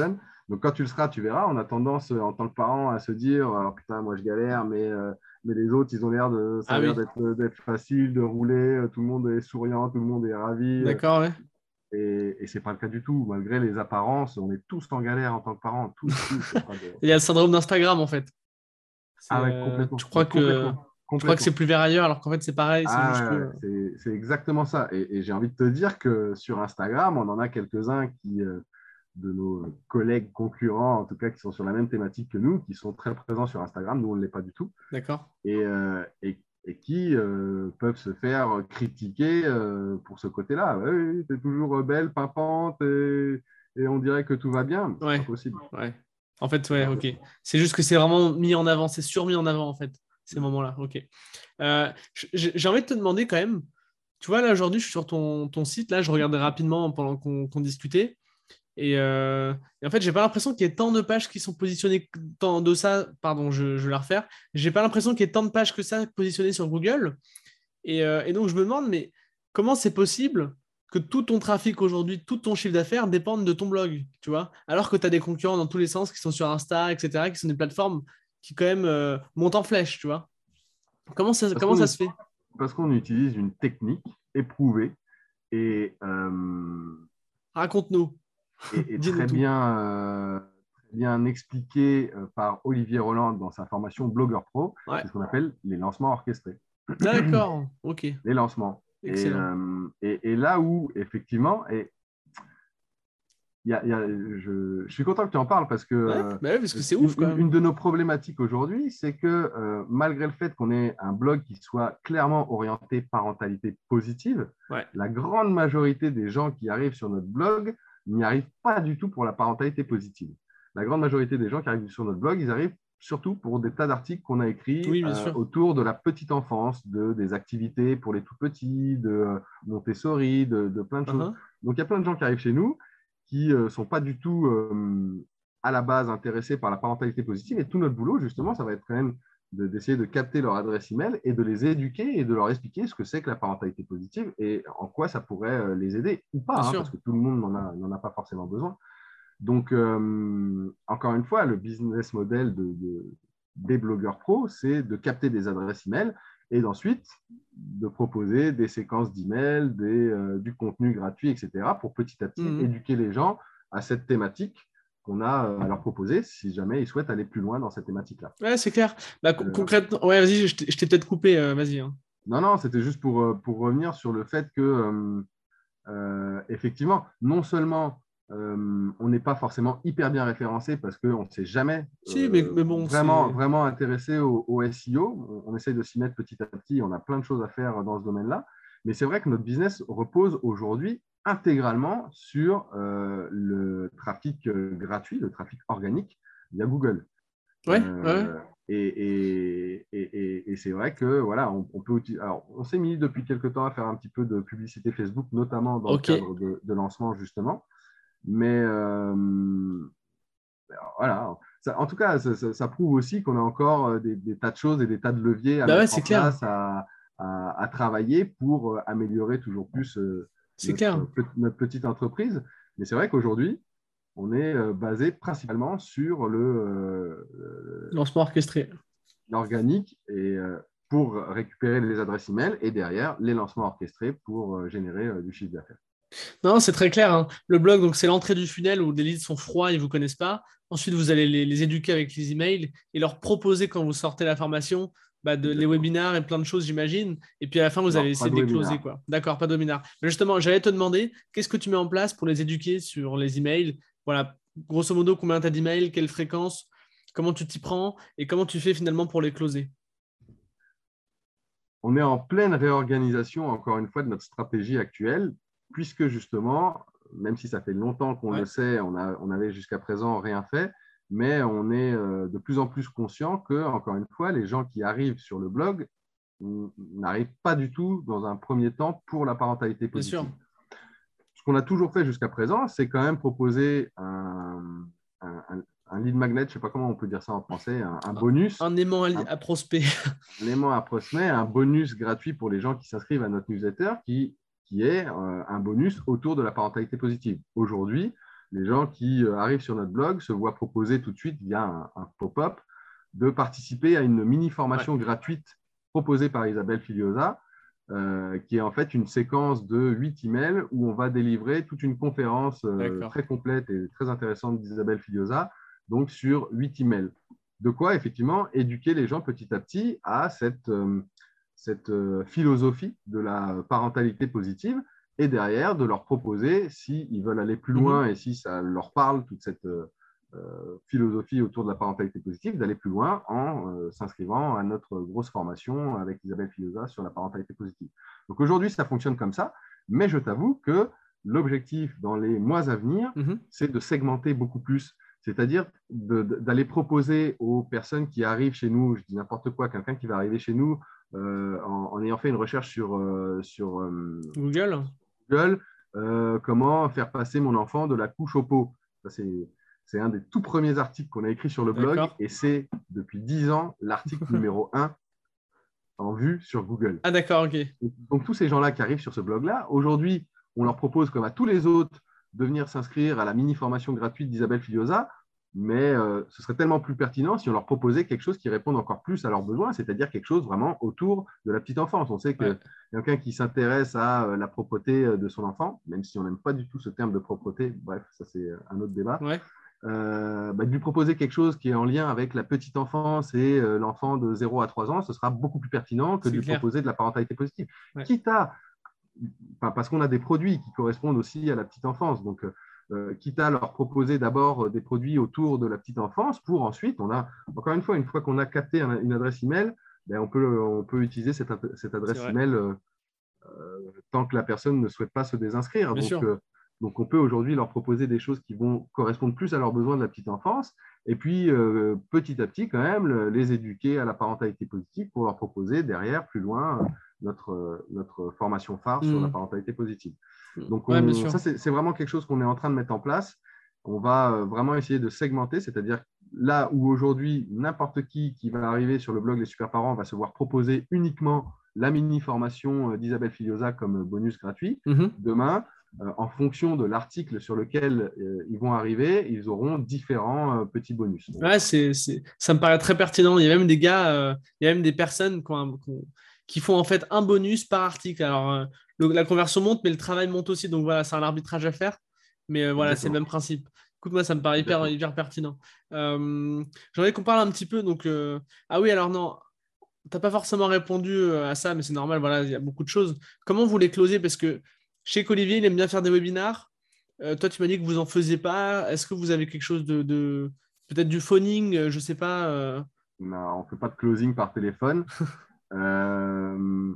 Donc, quand tu le seras, tu verras. On a tendance, en tant que parent, à se dire oh, putain, moi je galère, mais, euh, mais les autres, ils ont l'air de, ça a Ah l'air oui, d'être, d'être facile de rouler. Tout le monde est souriant, tout le monde est ravi. d'accord, ouais. Et, et ce n'est pas le cas du tout. Malgré les apparences, on est tous en galère en tant que parents. Tous, tous. Y a pas de... Il y a le syndrome d'Instagram, en fait. C'est, Ah ouais, euh, tu complètement. Mais crois que, complètement. tu crois que c'est Complètement. plus vers ailleurs, alors qu'en fait, c'est pareil, c'est juste Ah ouais, que. ouais, c'est, c'est exactement ça. Et, et j'ai envie de te dire que sur Instagram, on en a quelques-uns qui, euh, de nos collègues concurrents, en tout cas qui sont sur la même thématique que nous, qui sont très présents sur Instagram. Nous, on ne l'est pas du tout. D'accord. Et, euh, et, et qui euh, peuvent se faire critiquer euh, pour ce côté-là. Ouais, oui, tu es toujours belle, pimpante, et, et on dirait que tout va bien. C'est pas Ouais, possible. ouais. En fait, C'est ouais, pas ok. possible. C'est juste que c'est vraiment mis en avant, c'est surmis en avant, en fait, ces moments-là. Ok. Euh, j- j'ai envie de te demander quand même, tu vois, là, aujourd'hui, je suis sur ton, ton site, là, je regardais rapidement pendant qu'on qu'on discutait. Et, euh, et en fait, j'ai pas l'impression qu'il y ait tant de pages qui sont positionnées tant de ça. Pardon, je, je vais la refaire. J'ai pas l'impression qu'il y ait tant de pages que ça positionnées sur Google. Et, euh, et donc, je me demande, mais comment c'est possible que tout ton trafic aujourd'hui, tout ton chiffre d'affaires dépende de ton blog, tu vois? Alors que tu as des concurrents dans tous les sens qui sont sur Insta, et cetera, qui sont des plateformes qui, quand même, euh, montent en flèche, tu vois? Comment ça, Parce comment qu'on ça est, se fait? parce qu'on utilise une technique éprouvée et, euh, Raconte-nous. et, et Dis-nous très tout. bien, euh, très bien expliquée euh, par Olivier Roland dans sa formation Blogueur Pro. Ouais. C'est ce qu'on appelle les lancements orchestrés. D'accord. Ok. Les lancements. Et, Excellent. euh, et, et là où, effectivement, et il y a, il y a- je, je suis content que tu en parles parce que Ouais, euh, bah ouais, parce que c'est une, ouf quand une- même. une de nos problématiques aujourd'hui, c'est que euh, malgré le fait qu'on ait un blog qui soit clairement orienté parentalité positive, Ouais. la grande majorité des gens qui arrivent sur notre blog n'y arrivent pas du tout pour la parentalité positive. La grande majorité des gens qui arrivent sur notre blog, ils arrivent surtout pour des tas d'articles qu'on a écrits Oui, bien euh, sûr. autour de la petite enfance, de, des activités pour les tout petits, de euh, Montessori, de, de plein de choses. Uhum. Donc il y a plein de gens qui arrivent chez nous qui ne euh, sont pas du tout euh, à la base intéressés par la parentalité positive. Et tout notre boulot, justement, ça va être quand même de, d'essayer de capter leur adresse email et de les éduquer et de leur expliquer ce que c'est que la parentalité positive et en quoi ça pourrait euh, les aider ou pas, Bien hein, sûr. parce que tout le monde n'en a, n'en a pas forcément besoin. Donc, euh, encore une fois, le business model de, de, des blogueurs pro, c'est de capter des adresses email et ensuite de proposer des séquences d'emails, des, euh, du contenu gratuit, et cetera, pour petit à petit Mhm. éduquer les gens à cette thématique qu'on a euh, à leur proposer si jamais ils souhaitent aller plus loin dans cette thématique-là. Ouais, c'est clair. Bah, con- Euh, concrètement, ouais, vas-y, je t'ai je t'ai peut-être coupé, euh, vas-y, hein. non, non, c'était juste pour, euh, pour revenir sur le fait que euh, euh, effectivement, non seulement euh, on n'est pas forcément hyper bien référencé parce qu'on ne s'est jamais Si, mais, euh, mais bon, vraiment, c'est. vraiment intéressé au, au S E O. On, on essaye de s'y mettre petit à petit. On a plein de choses à faire dans ce domaine-là. Mais c'est vrai que notre business repose aujourd'hui intégralement sur euh, le trafic euh, gratuit, le trafic organique via Google. Ouais, ouais, ouais. Euh, et, et, et, et c'est vrai que voilà, on, on peut utiliser. Alors, on s'est mis depuis quelques temps à faire un petit peu de publicité Facebook, notamment dans le Ok. cadre de, de lancement justement. Mais euh, voilà, ça, en tout cas, ça, ça, ça prouve aussi qu'on a encore des, des, tas de choses et des tas de leviers à Bah ouais, mettre en c'est clair. place, à, à, à travailler pour améliorer toujours plus euh, C'est clair. notre, notre petite entreprise. Mais c'est vrai qu'aujourd'hui, on est basé principalement sur le, euh, Lancement orchestré. l'organique et euh, pour récupérer les adresses email et derrière les lancements orchestrés pour euh, générer euh, du chiffre d'affaires. Non, c'est très clair, hein. Le blog, donc c'est l'entrée du funnel où les leads sont froids, ils ne vous connaissent pas. Ensuite, vous allez les, les éduquer avec les emails et leur proposer quand vous sortez la formation, bah, de, les Exactement. webinars et plein de choses, j'imagine. Et puis à la fin, vous Non, allez pas essayer de de les closer, webinaire. quoi. D'accord, pas de webinar. Mais justement, j'allais te demander, qu'est-ce que tu mets en place pour les éduquer sur les emails? Voilà, grosso modo, combien tu as d'emails, quelle fréquence, comment tu t'y prends et comment tu fais finalement pour les closer? On est en pleine réorganisation, encore une fois, de notre stratégie actuelle, puisque justement, même si ça fait longtemps qu'on le Ouais, sait, on, a, on avait jusqu'à présent rien fait, mais on est euh, de plus en plus conscient que, encore une fois, les gens qui arrivent sur le blog n'arrivent pas du tout dans un premier temps pour la parentalité bien sûr. positive. Ce qu'on a toujours fait jusqu'à présent, c'est quand même proposer un, un, un, lead magnet, je ne sais pas comment on peut dire ça en français, un, un bonus, Un aimant à, un, à prospect. un aimant à prospect, un bonus gratuit pour les gens qui s'inscrivent à notre newsletter qui, qui est euh, un bonus autour de la parentalité positive. Aujourd'hui, Les gens qui euh, arrivent sur notre blog se voient proposer tout de suite via un, un pop-up de participer à une Ouais. mini-formation gratuite proposée par Isabelle Filiosa, euh, qui est en fait une séquence de huit emails où on va délivrer toute une conférence euh, D'accord. très complète et très intéressante d'Isabelle Filiosa, donc sur huit emails. De quoi, effectivement, éduquer les gens petit à petit à cette, euh, cette euh, philosophie de la parentalité positive et derrière de leur proposer, s'ils veulent aller plus Mhm. loin et si ça leur parle, toute cette euh, euh, philosophie autour de la parentalité positive, d'aller plus loin en euh, s'inscrivant à notre grosse formation avec Isabelle Filosa sur la parentalité positive. Donc aujourd'hui, ça fonctionne comme ça, mais je t'avoue que l'objectif dans les mois à venir, Mhm. c'est de segmenter beaucoup plus, c'est-à-dire d'aller proposer aux personnes qui arrivent chez nous, je dis n'importe quoi, quelqu'un qui va arriver chez nous euh, en, en, ayant fait une recherche sur, euh, sur euh, Google. Google, euh, comment faire passer mon enfant de la couche au pot. Ça, c'est un des tout premiers articles qu'on a écrit sur le blog D'accord. et c'est depuis dix ans l'article numéro un en vue sur Google. Ah, d'accord, ok. Donc, donc tous ces gens-là qui arrivent sur ce blog-là, aujourd'hui, on leur propose, comme à tous les autres, de venir s'inscrire à la mini-formation gratuite d'Isabelle Filiosa, mais euh, ce serait tellement plus pertinent si on leur proposait quelque chose qui réponde encore plus à leurs besoins, c'est-à-dire quelque chose vraiment autour de la petite enfance. On sait Ouais. que quelqu'un qui s'intéresse à euh, la propreté de son enfant, même si on n'aime pas du tout ce terme de propreté, bref, ça c'est un autre débat, Ouais. euh, bah, de lui proposer quelque chose qui est en lien avec la petite enfance et euh, l'enfant de zéro à trois ans, ce sera beaucoup plus pertinent que de C'est lui clair. proposer de la parentalité positive. Ouais. Quitte à, enfin, parce qu'on a des produits qui correspondent aussi à la petite enfance, donc euh, quitte à leur proposer d'abord des produits autour de la petite enfance pour ensuite, on a, encore une fois, une fois qu'on a capté un, une adresse email, ben, on, peut, on peut utiliser cette, cette C'est adresse vrai. email euh, euh, tant que la personne ne souhaite pas se désinscrire. Bien Donc, sûr. euh, donc on peut aujourd'hui leur proposer des choses qui vont correspondre plus à leurs besoins de la petite enfance, et puis euh, petit à petit quand même le, les éduquer à la parentalité positive pour leur proposer derrière, plus loin, notre, notre formation phare sur la Mhm. parentalité positive. Donc Ouais, bien on, sûr. ça, c'est vraiment quelque chose qu'on est en train de mettre en place. On va euh, vraiment essayer de segmenter, c'est-à-dire là où aujourd'hui, n'importe qui qui va arriver sur le blog Les Super Parents va se voir proposer uniquement la mini-formation d'Isabelle Filiosa comme bonus gratuit. Mhm. Demain, euh, en fonction de l'article sur lequel euh, ils vont arriver, ils auront différents euh, petits bonus. Donc, Ouais, c'est, c'est, ça me paraît très pertinent. Il y a même des gars, euh, il y a même des personnes qui, ont- qui ont- qui font en fait un bonus par article. Alors, euh, le- la conversion monte, mais le travail monte aussi. Donc voilà, c'est un arbitrage à faire. Mais euh, voilà, c'est le exactement. même principe. Écoute, moi, ça me paraît hyper, exactement. hyper pertinent. Euh, J'aimerais qu'on parle un petit peu. Donc, euh, ah oui, alors non, t'as pas forcément répondu euh, à ça, mais c'est normal. Voilà, il y a beaucoup de choses. Comment vous les closez? Parce que je sais qu'Olivier, il aime bien faire des webinars. Euh, toi, tu m'as dit que vous en faisiez pas. Est-ce que vous avez quelque chose de, de- peut-être du phoning, euh, je sais pas. euh, On ne fait pas de closing par téléphone. Euh,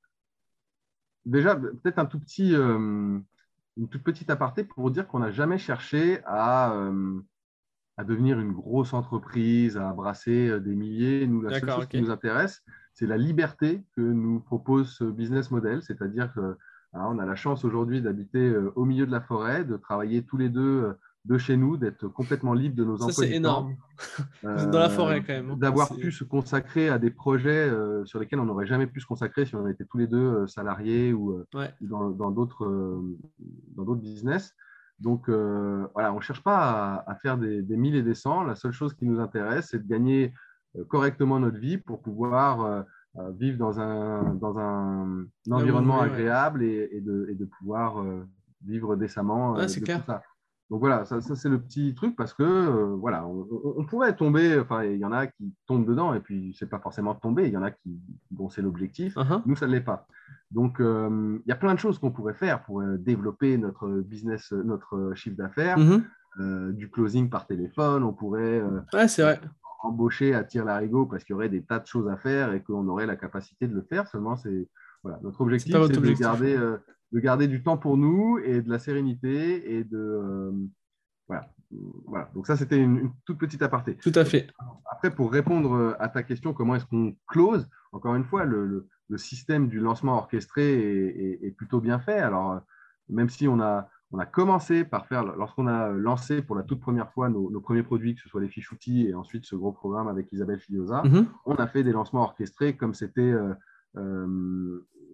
déjà, peut-être un tout petit, euh, une toute petite aparté pour dire qu'on n'a jamais cherché à, euh, à devenir une grosse entreprise, à brasser euh, des milliers. Nous, la seule D'accord, chose qui ok. nous intéresse, c'est la liberté que nous propose ce business model, c'est-à-dire que hein, on a la chance aujourd'hui d'habiter euh, au milieu de la forêt, de travailler tous les deux euh, de chez nous, d'être complètement libre de nos Ça, emplois c'est du temps, énorme. Vous êtes dans la euh, forêt quand même, hein. d'avoir pu C'est... se consacrer à des projets euh, sur lesquels on n'aurait jamais pu se consacrer si on était tous les deux euh, salariés ou euh, Ouais. dans dans d'autres euh, dans d'autres business. Donc euh, voilà, on ne cherche pas à, à faire des, des mille et des cents. La seule chose qui nous intéresse, c'est de gagner euh, correctement notre vie pour pouvoir euh, euh, vivre dans un, dans un, un Là où vous environnement voulez, ouais. agréable et, et, de, et de pouvoir euh, vivre décemment Ouais, euh, c'est de tout clair. ça. Donc voilà, ça, ça c'est le petit truc parce que euh, voilà, on, on, on, pourrait tomber, enfin il y en a qui tombent dedans et puis c'est pas forcément tomber, il y en a qui dont c'est l'objectif, Uh-huh. nous ça ne l'est pas. Donc euh, il y a plein de choses qu'on pourrait faire pour euh, développer notre business, notre chiffre d'affaires, Mhm. euh, du closing par téléphone, on pourrait euh, Ouais, c'est euh, vrai. embaucher à tire-larigot parce qu'il y aurait des tas de choses à faire et qu'on aurait la capacité de le faire. Seulement c'est voilà, notre C'est pas objectif votre c'est de objectif, ouais. garder euh, de garder du temps pour nous et de la sérénité et de euh, voilà. Voilà. Donc ça, c'était une, une toute petite aparté. Tout à fait. Après, pour répondre à ta question, comment est-ce qu'on close? Encore une fois, le, le- le système du lancement orchestré est, est- est plutôt bien fait. Alors, même si on a, on a commencé par faire, lorsqu'on a lancé pour la toute première fois nos, nos premiers produits, que ce soit les fiches outils et ensuite ce gros programme avec Isabelle Filiosa, Mhm. on a fait des lancements orchestrés comme c'était euh, euh,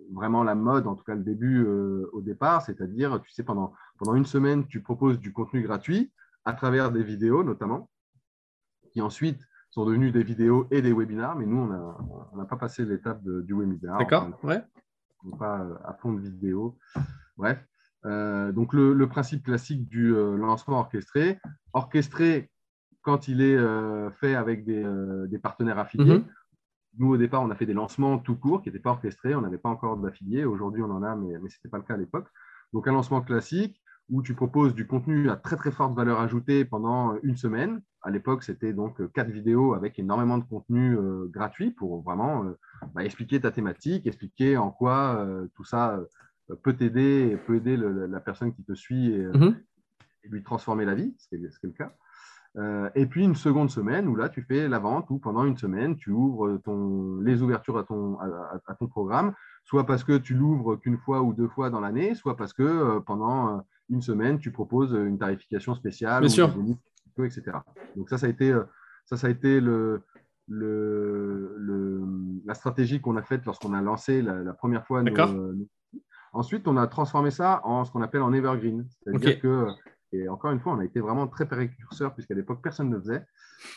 vraiment la mode, en tout cas le début euh, au départ, c'est-à-dire, tu sais, pendant, pendant une semaine, tu proposes du contenu gratuit à travers des vidéos notamment, qui ensuite sont devenues des vidéos et des webinars, mais nous, on n'a on n'a pas passé l'étape de- du webinar, encore D'accord, une fois, ouais. on n'est pas euh, à fond de vidéo. Bref, Euh, donc le, le principe classique du euh, lancement orchestré, orchestré quand il est euh, fait avec des, euh, des partenaires affiliés. Mhm. Nous, au départ, on a fait des lancements tout court qui n'étaient pas orchestrés. On n'avait pas encore d'affiliés. Aujourd'hui, on en a, mais, mais ce n'était pas le cas à l'époque. Donc, un lancement classique où tu proposes du contenu à très, très forte valeur ajoutée pendant une semaine. À l'époque, c'était donc quatre vidéos avec énormément de contenu euh, gratuit pour vraiment euh, bah, expliquer ta thématique, expliquer en quoi euh, tout ça euh, peut t'aider et peut aider le, la personne qui te suit et, euh, Mhm. et lui transformer la vie, ce qui est, ce qui est le cas. Euh, et puis une seconde semaine où là, tu fais la vente, où pendant une semaine, tu ouvres ton, les ouvertures à ton, à, à ton programme, soit parce que tu l'ouvres qu'une fois ou deux fois dans l'année, soit parce que euh, pendant euh, une semaine, tu proposes une tarification spéciale Bien ou des sûr. bonus, et cetera. Donc ça, ça a été, euh, ça, ça a été le, le, le, la stratégie qu'on a faite lorsqu'on a lancé la, la première fois nos, D'accord. nos... Ensuite, on a transformé ça en ce qu'on appelle en evergreen. Ok. C'est-à-dire que, et encore une fois, on a été vraiment très précurseurs, puisqu'à l'époque, personne ne le faisait.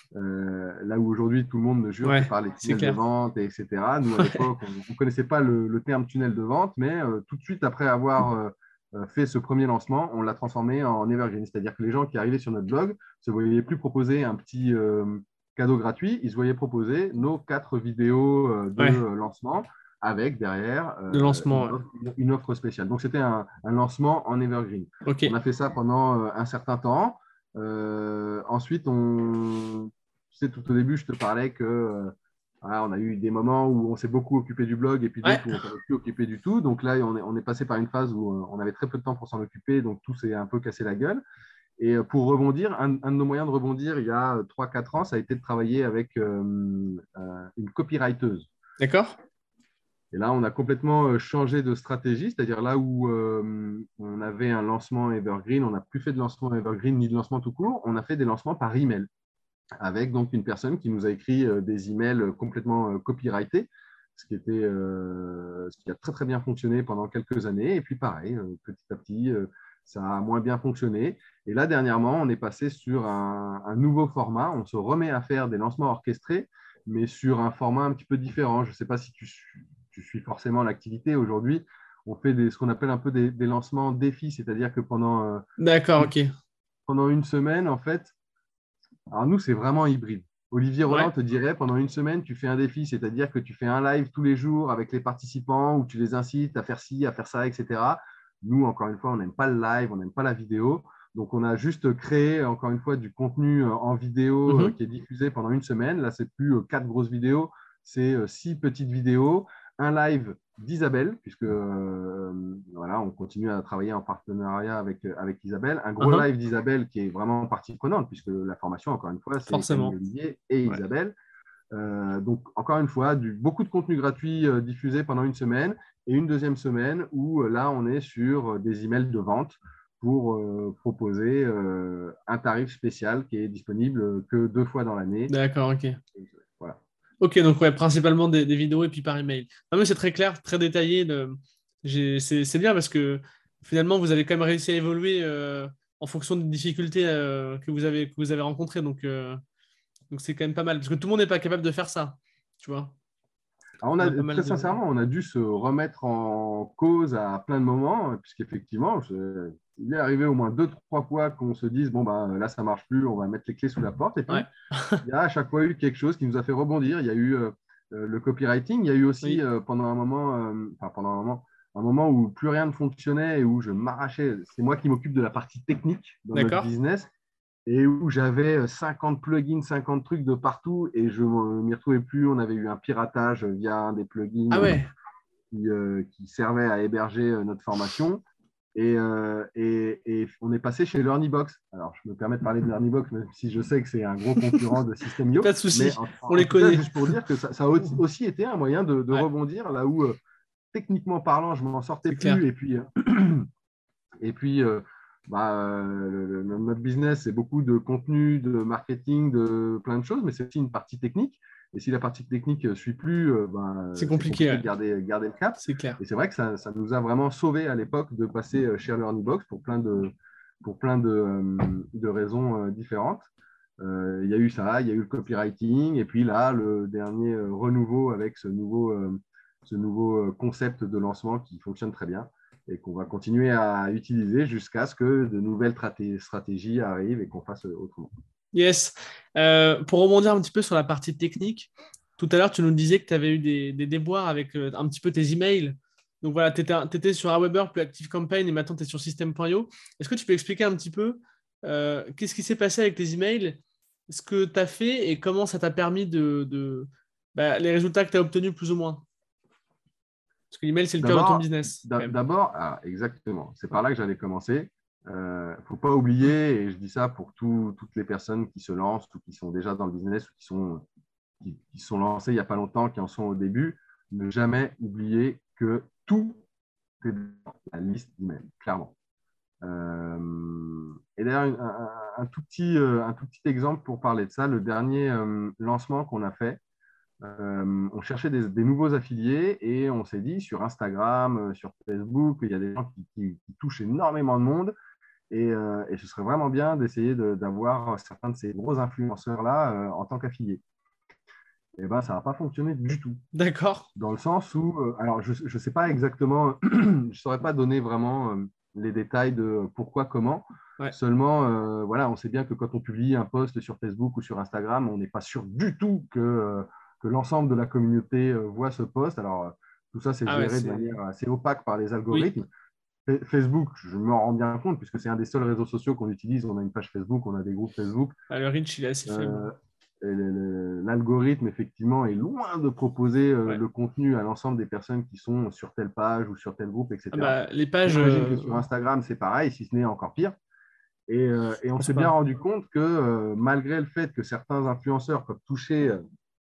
Euh, là où aujourd'hui, tout le monde ne jure que Ouais, par les c'est tunnels de clair. vente, et cetera. Nous, à Ouais. l'époque, on ne connaissait pas le, le, terme tunnel de vente, mais euh, tout de suite, après avoir euh, fait ce premier lancement, on l'a transformé en evergreen. C'est-à-dire que les gens qui arrivaient sur notre blog ne se voyaient plus proposer un petit euh, cadeau gratuit, ils se voyaient proposer nos quatre vidéos euh, de Ouais, euh, lancement avec derrière le euh, lancement, une, ouais. offre, une, offre, spéciale. Donc, c'était un, un, lancement en evergreen. Ok. On a fait ça pendant euh, un certain temps. Euh, ensuite, on, tu sais, tout au début, je te parlais que euh, voilà, on a eu des moments où on s'est beaucoup occupé du blog et puis Ouais, d'autres où on s'en est plus occupé du tout. Donc là, on est, on est passé par une phase où euh, on avait très peu de temps pour s'en occuper, donc tout s'est un peu cassé la gueule. Et euh, pour rebondir, un, un de nos moyens de rebondir il y a trois quatre ans, ça a été de travailler avec euh, euh, une copywriteuse. d'accord. Et là, on a complètement euh, changé de stratégie, c'est-à-dire là où euh, on avait un lancement evergreen, on n'a plus fait de lancement evergreen ni de lancement tout court, on a fait des lancements par email avec donc une personne qui nous a écrit euh, des emails complètement euh, copyrightés, ce qui était, euh, ce qui a très très bien fonctionné pendant quelques années. Et puis pareil, euh, petit à petit, euh, ça a moins bien fonctionné. Et là, dernièrement, on est passé sur un, un nouveau format. On se remet à faire des lancements orchestrés, mais sur un format un petit peu différent. Je ne sais pas si tu, tu suis forcément l'activité aujourd'hui. On fait des, ce qu'on appelle un peu des, des lancements défis, c'est-à-dire que pendant, euh, D'accord, une, ok. pendant une semaine, en fait, alors nous, c'est vraiment hybride. Olivier Ouais, Roland te dirait, pendant une semaine, tu fais un défi, c'est-à-dire que tu fais un live tous les jours avec les participants où tu les incites à faire ci, à faire ça, et cetera. Nous, encore une fois, on n'aime pas le live, on n'aime pas la vidéo. Donc, on a juste créé, encore une fois, du contenu euh, en vidéo euh, mhm. qui est diffusé pendant une semaine. Là, c'est plus euh, quatre grosses vidéos, c'est euh, six petites vidéos, un live d'Isabelle, puisque euh, voilà, on continue à travailler en partenariat avec, euh, avec Isabelle. Un gros Uhum. live d'Isabelle qui est vraiment partie prenante, puisque la formation, encore une fois, c'est Camille Forcément. Olivier et Ouais. Isabelle. Euh, donc, encore une fois, du, beaucoup de contenu gratuit euh, diffusé pendant une semaine et une deuxième semaine où euh, là, on est sur euh, des emails de vente pour euh, proposer euh, un tarif spécial qui est disponible que deux fois dans l'année. D'accord, ok. Voilà. Ok, donc ouais, principalement des, des vidéos et puis par email. Non, mais c'est très clair, très détaillé. de- j'ai- C'est c'est bien parce que finalement, vous avez quand même réussi à évoluer euh, en fonction des difficultés euh, que vous avez, que vous avez rencontrées. Donc, euh, donc c'est quand même pas mal. Parce que tout le monde n'est pas capable de faire ça. Tu vois? Alors on On a, a pas mal très de. sincèrement, on a dû se remettre en cause à plein de moments, puisqu'effectivement, je- il est arrivé au moins deux, trois fois qu'on se dise, bon, bah, là, ça marche plus, on va mettre les clés sous la porte. Et Ouais. puis, il y a à chaque fois eu quelque chose qui nous a fait rebondir. Il y a eu euh, euh, le copywriting, il y a eu aussi Oui. euh, pendant un moment, euh, enfin, pendant un moment, un moment où plus rien ne fonctionnait et où je m'arrachais. C'est moi qui m'occupe de la partie technique dans notre D'accord. business et où j'avais cinquante plugins, cinquante trucs de partout et je ne m'y retrouvais plus. On avait eu un piratage via un des Ah plugins ouais. qui, euh, qui servait à héberger euh, notre formation. Et, euh, et, et, on est passé chez LearnyBox. Alors, je me permets de parler de LearnyBox, même si je sais que c'est un gros concurrent de System.io. Pas de Mais souci. en, On en les tout cas, connaît. juste pour dire que ça, ça a aussi été un moyen de, de Ouais, rebondir là où, euh, techniquement parlant, je ne m'en sortais c'est clair. plus. Et puis, euh, et puis euh, bah, euh, le, le, notre business, c'est beaucoup de contenu, de marketing, de plein de choses, mais c'est aussi une partie technique. Et si la partie technique ne suit plus, euh, ben, C'est c'est compliqué, compliqué ouais. de garder, garder le cap. C'est clair. Et c'est vrai que ça, ça nous a vraiment sauvés à l'époque de passer euh, chez Learnybox pour plein de, pour plein de, euh, de raisons euh, différentes. Euh, Il y a eu ça, il y a eu le copywriting, et puis là, le dernier euh, renouveau avec ce nouveau, euh, ce nouveau euh, concept de lancement qui fonctionne très bien et qu'on va continuer à utiliser jusqu'à ce que de nouvelles traté- stratégies arrivent et qu'on fasse euh, autrement. Yes. Euh, pour rebondir un petit peu sur la partie technique, tout à l'heure, tu nous disais que tu avais eu des, des déboires avec euh, un petit peu tes emails. Donc voilà, tu étais, sur Aweber plus ActiveCampaign et maintenant tu es sur System point io. Est-ce que tu peux expliquer un petit peu euh, qu'est-ce qui s'est passé avec tes emails, ce que tu as fait et comment ça t'a permis de, de bah, les résultats que tu as obtenus plus ou moins? Parce que l'email, c'est le cœur de ton D'abord, business, quand d'a- même. d'abord ah, exactement, c'est par là que j'allais commencer. Il ne faut pas oublier, et je dis ça pour tout- toutes les personnes qui se lancent ou qui sont déjà dans le business ou qui sont, qui, qui sont lancées il n'y a pas longtemps, qui en sont au début, ne jamais oublier que tout est dans la liste d'emails, clairement. Euh, et d'ailleurs, un, un- un tout petit, euh, un tout petit exemple pour parler de ça, le dernier euh, lancement qu'on a fait, euh, on cherchait des, des nouveaux affiliés et on s'est dit sur Instagram, euh, sur Facebook, il y a des gens qui, qui- qui touchent énormément de monde et, euh, et ce serait vraiment bien d'essayer de- d'avoir certains de ces gros influenceurs-là euh, en tant qu'affiliés. Et ben, ça n'a pas fonctionné du tout. D'accord. Dans le sens où, euh, alors je ne sais pas exactement, je ne saurais pas donner vraiment euh, les détails de pourquoi, comment. Ouais. Seulement, euh, voilà, on sait bien que quand on publie un post sur Facebook ou sur Instagram, on n'est pas sûr du tout que, euh, que l'ensemble de la communauté euh, voit ce post. Alors, euh, tout ça, c'est Ah ouais, géré de c'est. manière assez opaque par les Oui. algorithmes. Fa- Facebook, je m'en rends bien compte, puisque c'est un des seuls réseaux sociaux qu'on utilise. On a une page Facebook, on a des groupes Facebook. Ah, le reach, il est assez faible. Euh, et le- le- L'algorithme, effectivement, est loin de proposer euh, Ouais. le contenu à l'ensemble des personnes qui sont sur telle page ou sur tel groupe, Ah et cetera. bah, les pages. J'imagine que sur euh, Instagram, c'est pareil, si ce n'est encore pire. Et, euh, et Je on pense s'est bien pas. rendu compte que euh, malgré le fait que certains influenceurs peuvent toucher euh,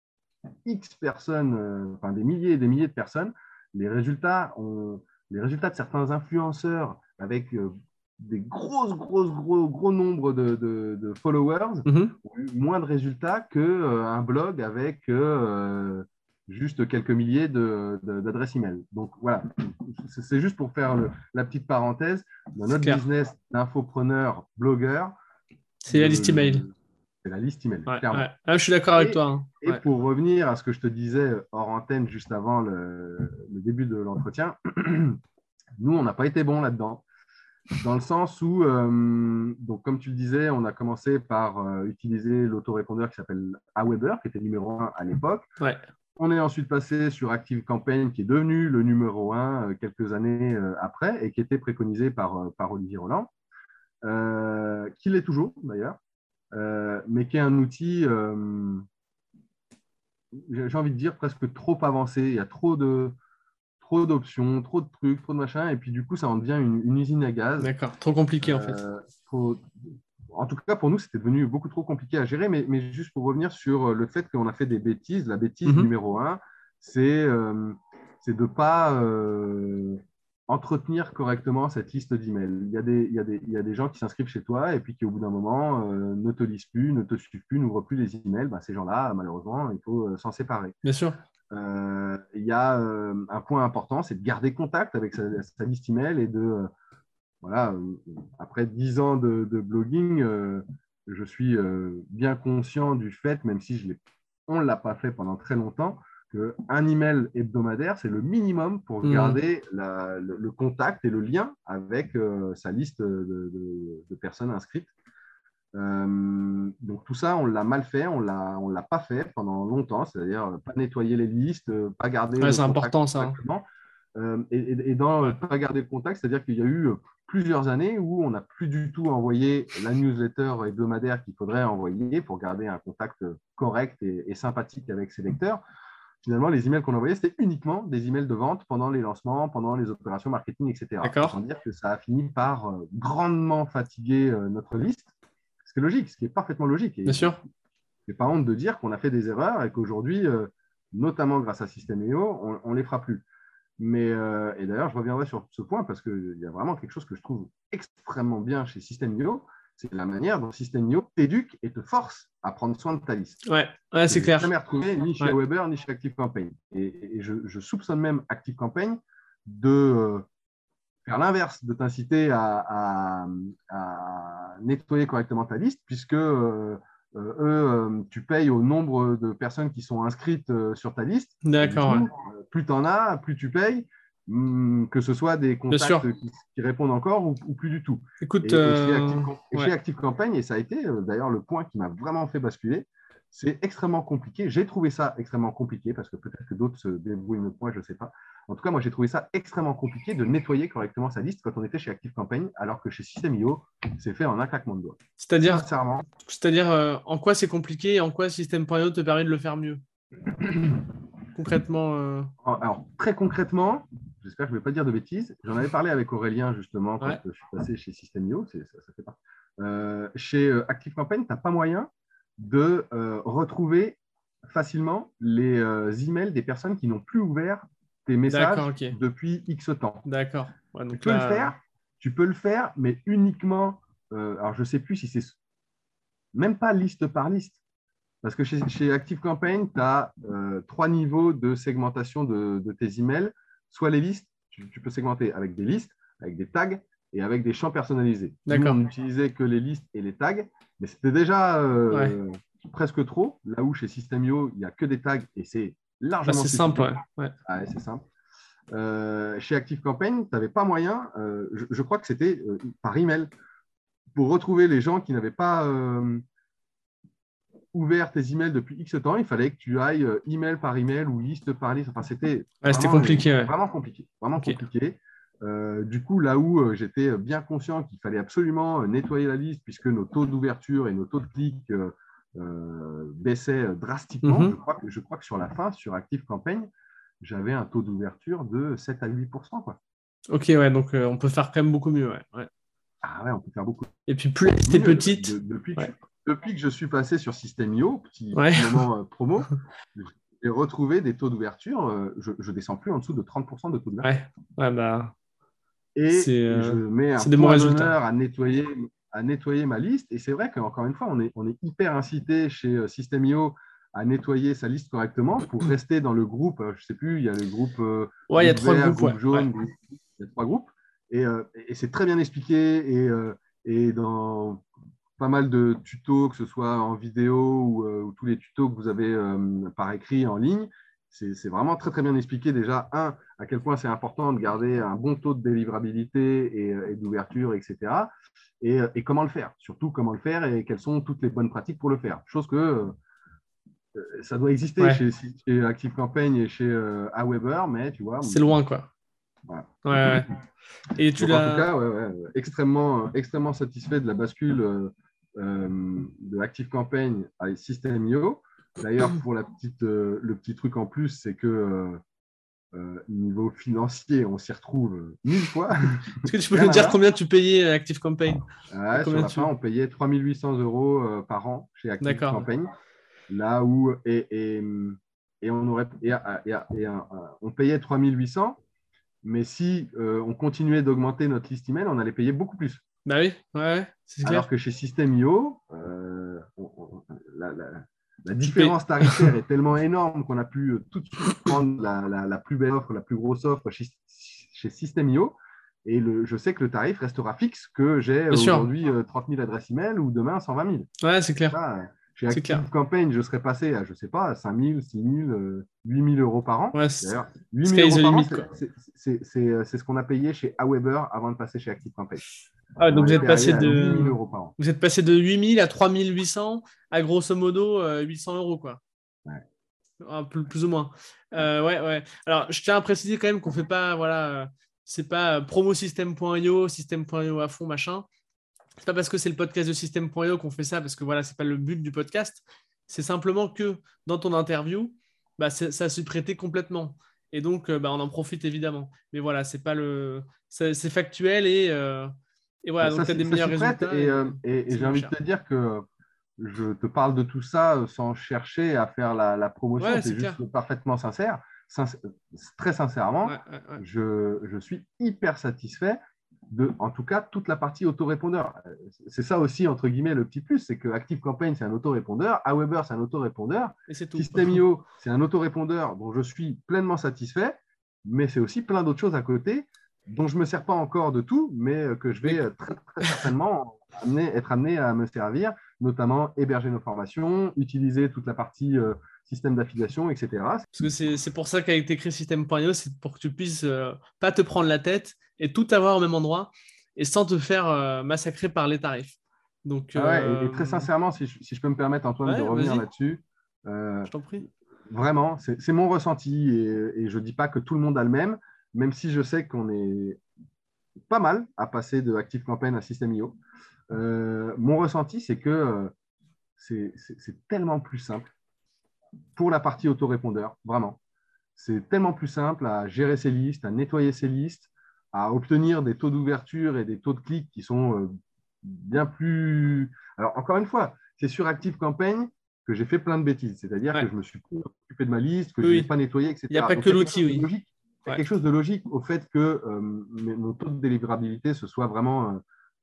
X personnes, euh, enfin des milliers et des milliers de personnes, les résultats, ont, les résultats de certains influenceurs avec euh, des grosses, grosses, gros, gros nombres de, de, de followers Mhm. ont eu moins de résultats qu'un euh, blog avec euh, juste quelques milliers de, de, d'adresses email. Donc voilà, c'est juste pour faire le, la petite parenthèse. Dans C'est notre clair. business d'infopreneur, blogueur, C'est la le, liste email. le, c'est la liste email, Ouais, ouais. clairement. Ah, je suis d'accord avec Et, toi, hein. et Ouais. pour revenir à ce que je te disais hors antenne juste avant le, le début de l'entretien, nous, on n'a pas été bons là-dedans, dans le sens où, euh, donc, comme tu le disais, on a commencé par euh, utiliser l'autorépondeur qui s'appelle Aweber, qui était numéro un à l'époque. Ouais. On est ensuite passé sur ActiveCampaign, qui est devenu le numéro un euh, quelques années euh, après et qui était préconisé par, euh, par Olivier Roland, euh, qui l'est toujours d'ailleurs, euh, mais qui est un outil euh, j'ai envie de dire, presque trop avancé. Il y a trop de trop d'options, trop de trucs, trop de machins, et puis du coup, ça en devient une, une usine à gaz. D'accord. Trop compliqué, en fait. Euh, faut- En tout cas, pour nous, c'était devenu beaucoup trop compliqué à gérer, mais, mais juste pour revenir sur le fait qu'on a fait des bêtises, la bêtise Mhm. numéro un, c'est euh, c'est de ne pas euh, entretenir correctement cette liste d'emails. Il y a des, il y a des, il y a des gens qui s'inscrivent chez toi et puis qui, au bout d'un moment, euh, ne te lisent plus, ne te suivent plus, n'ouvrent plus les emails. Ben, ces gens-là, malheureusement, il faut euh, s'en séparer. Bien sûr. Euh, il y a euh, un point important, c'est de garder contact avec sa, sa liste email et de, euh, voilà, euh, après dix ans de, de blogging, euh, je suis euh, bien conscient du fait, même si je l'ai, on ne l'a pas fait pendant très longtemps, qu'un email hebdomadaire, c'est le minimum pour Mhm. garder la, le, le contact et le lien avec euh, sa liste de, de, de personnes inscrites. Euh, donc tout ça, on l'a mal fait, on l'a, on l'a pas fait pendant longtemps, c'est-à-dire euh, pas nettoyer les listes, euh, pas garder Ouais, le c'est contact important, ça, hein. correctement. Euh, et, et- et dans euh, Ouais. pas garder le contact, c'est-à-dire qu'il y a eu euh, plusieurs années où on n'a plus du tout envoyé la newsletter hebdomadaire qu'il faudrait envoyer pour garder un contact correct et, et sympathique avec ses lecteurs. Finalement, les emails qu'on envoyait, c'était uniquement des emails de vente pendant les lancements, pendant les opérations marketing, et cetera. D'accord. Autant dire que ça a fini par euh, grandement fatiguer euh, notre liste, ce qui est logique, ce qui est parfaitement logique. Bien Et je sûr. n'ai pas honte de dire qu'on a fait des erreurs et qu'aujourd'hui, euh, notamment grâce à System.io, on ne les fera plus. Mais, euh, et d'ailleurs, je reviendrai sur ce point parce qu'il y a vraiment quelque chose que je trouve extrêmement bien chez System.io, c'est la manière dont System.io t'éduque et te force à prendre soin de ta liste. Ouais, ouais c'est Je clair. l'ai jamais retrouvé ni chez Ouais. Aweber ni chez ActiveCampaign. Et, et je, je soupçonne même ActiveCampaign de euh, faire l'inverse, de t'inciter à, à, à nettoyer correctement ta liste, puisque euh, euh, eux, euh, tu payes au nombre de personnes qui sont inscrites euh, sur ta liste. Et du D'accord, coup, ouais. euh, plus tu en as, plus tu payes, hum, que ce soit des Bien sûr. contacts qui, qui répondent encore ou, ou plus du tout. Écoute, Et, et chez euh, Active, et chez ouais. ActiveCampaign, et ça a été euh, d'ailleurs le point qui m'a vraiment fait basculer, c'est extrêmement compliqué. J'ai trouvé ça extrêmement compliqué, parce que peut-être que d'autres se débrouillent mieux que moi, je ne sais pas. En tout cas, moi, j'ai trouvé ça extrêmement compliqué de nettoyer correctement sa liste quand on était chez ActiveCampaign, alors que chez System.io, c'est fait en un claquement de doigts. C'est-à-dire, Sincèrement, c'est-à-dire euh, en quoi c'est compliqué et en quoi System point io te permet de le faire mieux? Concrètement, euh, alors très concrètement, j'espère que je ne vais pas dire de bêtises, j'en avais parlé avec Aurélien justement quand ouais. je suis passé chez System.io, ça, ça fait pas. Euh, chez euh, ActiveCampaign, tu n'as pas moyen de euh, retrouver facilement les euh, emails des personnes qui n'ont plus ouvert tes D'accord, messages ok. depuis X temps. D'accord. Ouais, Tu donc peux le là, faire, tu peux le faire, mais uniquement, euh, alors je ne sais plus si c'est même pas liste par liste, parce que chez, chez ActiveCampaign, tu as euh, trois niveaux de segmentation de, de, tes emails, soit les listes, tu, tu, peux segmenter avec des listes, avec des tags et avec des champs personnalisés. Nous, on d'accord. n'utilisait que les listes et les tags, mais c'était déjà Ouais. euh, presque trop, là où chez System.io, il n'y a que des tags et c'est Bah, largement c'est simple, suffisant. ouais. Ouais. Ah ouais, c'est simple. Euh, chez ActiveCampaign, tu n'avais pas moyen, euh, je, je, crois que c'était euh, par email, pour retrouver les gens qui n'avaient pas euh, ouvert tes emails depuis X temps, il fallait que tu ailles euh, email par email ou liste par liste. Enfin, c'était Ouais, c'était vraiment, compliqué, ouais. vraiment compliqué. Vraiment Ok. compliqué. Euh, du coup, là où euh, j'étais bien conscient qu'il fallait absolument euh, nettoyer la liste, puisque nos taux d'ouverture et nos taux de clics euh, euh, baissaient drastiquement, je Mhm. crois, que, je crois que sur la fin, sur ActiveCampaign, j'avais un taux d'ouverture de sept à huit pour cent. Quoi. Ok, ouais, donc euh, on peut faire quand même beaucoup mieux, ouais. Ouais. Ah ouais, on peut faire beaucoup Et puis plus la liste est mieux. De, petite, depuis, que je, ouais. depuis que je suis passé sur System.io, petit, Ouais. petit moment euh, promo, j'ai retrouvé des taux d'ouverture. Euh, je ne descends plus en dessous de trente pour cent de taux d'ouverture. Ouais. Ouais, bah, Et, c'est et je euh, mets un c'est des bons point résultats. d'honneur à nettoyer, à nettoyer ma liste. Et c'est vrai qu'encore une fois, on est, on est hyper incité chez euh, System.io à nettoyer sa liste correctement pour rester dans le groupe. Euh, je ne sais plus, il y a le groupe, euh, Ouais, il y a groupe trois vert, groupes, ouais. groupe Ouais. jaune, groupe... il y a trois groupes. Et, euh, et c'est très bien expliqué. Et, euh, et dans pas mal de tutos, que ce soit en vidéo ou, euh, ou tous les tutos que vous avez euh, par écrit en ligne. C'est vraiment très, très bien expliqué. Déjà, un, à quel point c'est important de garder un bon taux de délivrabilité et, et d'ouverture, et cetera. Et, et, comment le faire. Surtout, comment le faire et quelles sont toutes les bonnes pratiques pour le faire. Chose que euh, ça doit exister Ouais. chez, chez ActiveCampaign et chez euh, Aweber, mais tu vois. C'est loin, quoi. Voilà. Ouais, ouais. Et tu Donc, en tout l'as. cas, ouais, ouais, extrêmement, extrêmement satisfait de la bascule euh, euh, de ActiveCampaign à System.io. D'ailleurs, pour la petite, euh, le petit truc en plus, c'est que euh, euh, niveau financier, on s'y retrouve euh, mille fois. Est-ce que tu peux Rien nous à dire voir. combien tu payais à ActiveCampaign? Et Ouais, sur combien la fin, tu. on payait trois mille huit cents euros euh, par an chez D'accord. ActiveCampaign. Là où, et, et, et on aurait, et, et, et, on payait trois mille huit cents, mais si euh, on continuait d'augmenter notre liste email, on allait payer beaucoup plus. Bah oui, ouais, ouais, c'est Alors clair. que chez System.io, euh, la, la, la Tu payes. différence tarifaire est tellement énorme qu'on a pu euh, tout de suite prendre la, la, la plus belle offre, la plus grosse offre chez, chez System.io. Et le, je sais que le tarif restera fixe, que j'ai Bien sûr. aujourd'hui euh, trente mille adresses email ou demain cent vingt mille. Ouais, c'est clair. Ça, chez C'est clair. ActiveCampaign, je serais passé à, je sais pas, cinq mille, six mille, euh, huit mille euros par an. Ouais, D'ailleurs, huit mille sky is euros the par an, limit, quoi. c'est ce qu'on a payé chez Aweber avant de passer chez ActiveCampaign. Ah, On donc en vous êtes était arrivé passé à huit de mille euros par an. vous êtes passé de huit mille à trois mille huit cents à grosso modo euh, huit cents euros, quoi. Ouais. Ah, plus, plus ou moins. Ouais. Euh, ouais, ouais. Alors, je tiens à préciser quand même qu'on fait pas, voilà, euh, c'est pas euh, promo system point io, system point io à fond, machin. C'est pas parce que c'est le podcast de system point io qu'on fait ça, parce que voilà, c'est pas le but du podcast. C'est simplement que dans ton interview, bah, ça se prêtait complètement. Et donc, euh, bah, on en profite évidemment. Mais voilà, c'est pas le, c'est factuel et euh, et voilà, Bah, donc ça, tu as des ça meilleurs s'y prête résultats et, euh, et et, et c'est j'ai moins envie de cher. te dire que je te parle de tout ça sans chercher à faire la, la promotion, Ouais, c'est c'est juste clair. parfaitement sincère. Sin très sincèrement, Ouais, ouais, ouais. je, je, suis hyper satisfait de, en tout cas, toute la partie autorépondeur. C'est ça aussi, entre guillemets, le petit plus, c'est que ActiveCampaign, c'est un autorépondeur, Aweber, c'est un autorépondeur, Et c'est tout. System.io, c'est un autorépondeur dont je suis pleinement satisfait, mais c'est aussi plein d'autres choses à côté dont je ne me sers pas encore de tout, mais que je vais très, très certainement amener, être amené à me servir, notamment héberger nos formations, utiliser toute la partie euh, système d'affiliation, et cetera. Parce que c'est, c'est pour ça qu'a été créé System point i o, c'est pour que tu puisses euh, pas te prendre la tête et tout avoir au même endroit et sans te faire euh, massacrer par les tarifs. Donc, ah ouais, et, euh... et très sincèrement, si je, si je peux me permettre, Antoine, ouais, de revenir vas-y, là-dessus, euh, je t'en prie. vraiment, c'est, c'est mon ressenti et, et je ne dis pas que tout le monde a le même, même si je sais qu'on est pas mal à passer de ActiveCampaign à System.io. Euh, mon ressenti, c'est que euh, c'est, c'est, c'est tellement plus simple pour la partie autorépondeur, vraiment. C'est tellement plus simple à gérer ses listes, à nettoyer ses listes, à obtenir des taux d'ouverture et des taux de clics qui sont euh, bien plus… Alors, encore une fois, c'est sur ActiveCampaign que j'ai fait plein de bêtises. C'est-à-dire Ouais. que je me suis occupé de ma liste, que je Oui, ne l'ai pas nettoyée, il n'y a et cetera. pas Donc, que il y a quelque l'outil, chose de oui. logique. Il y a Ouais. quelque chose de logique au fait que euh, mon taux de délivrabilité se soit vraiment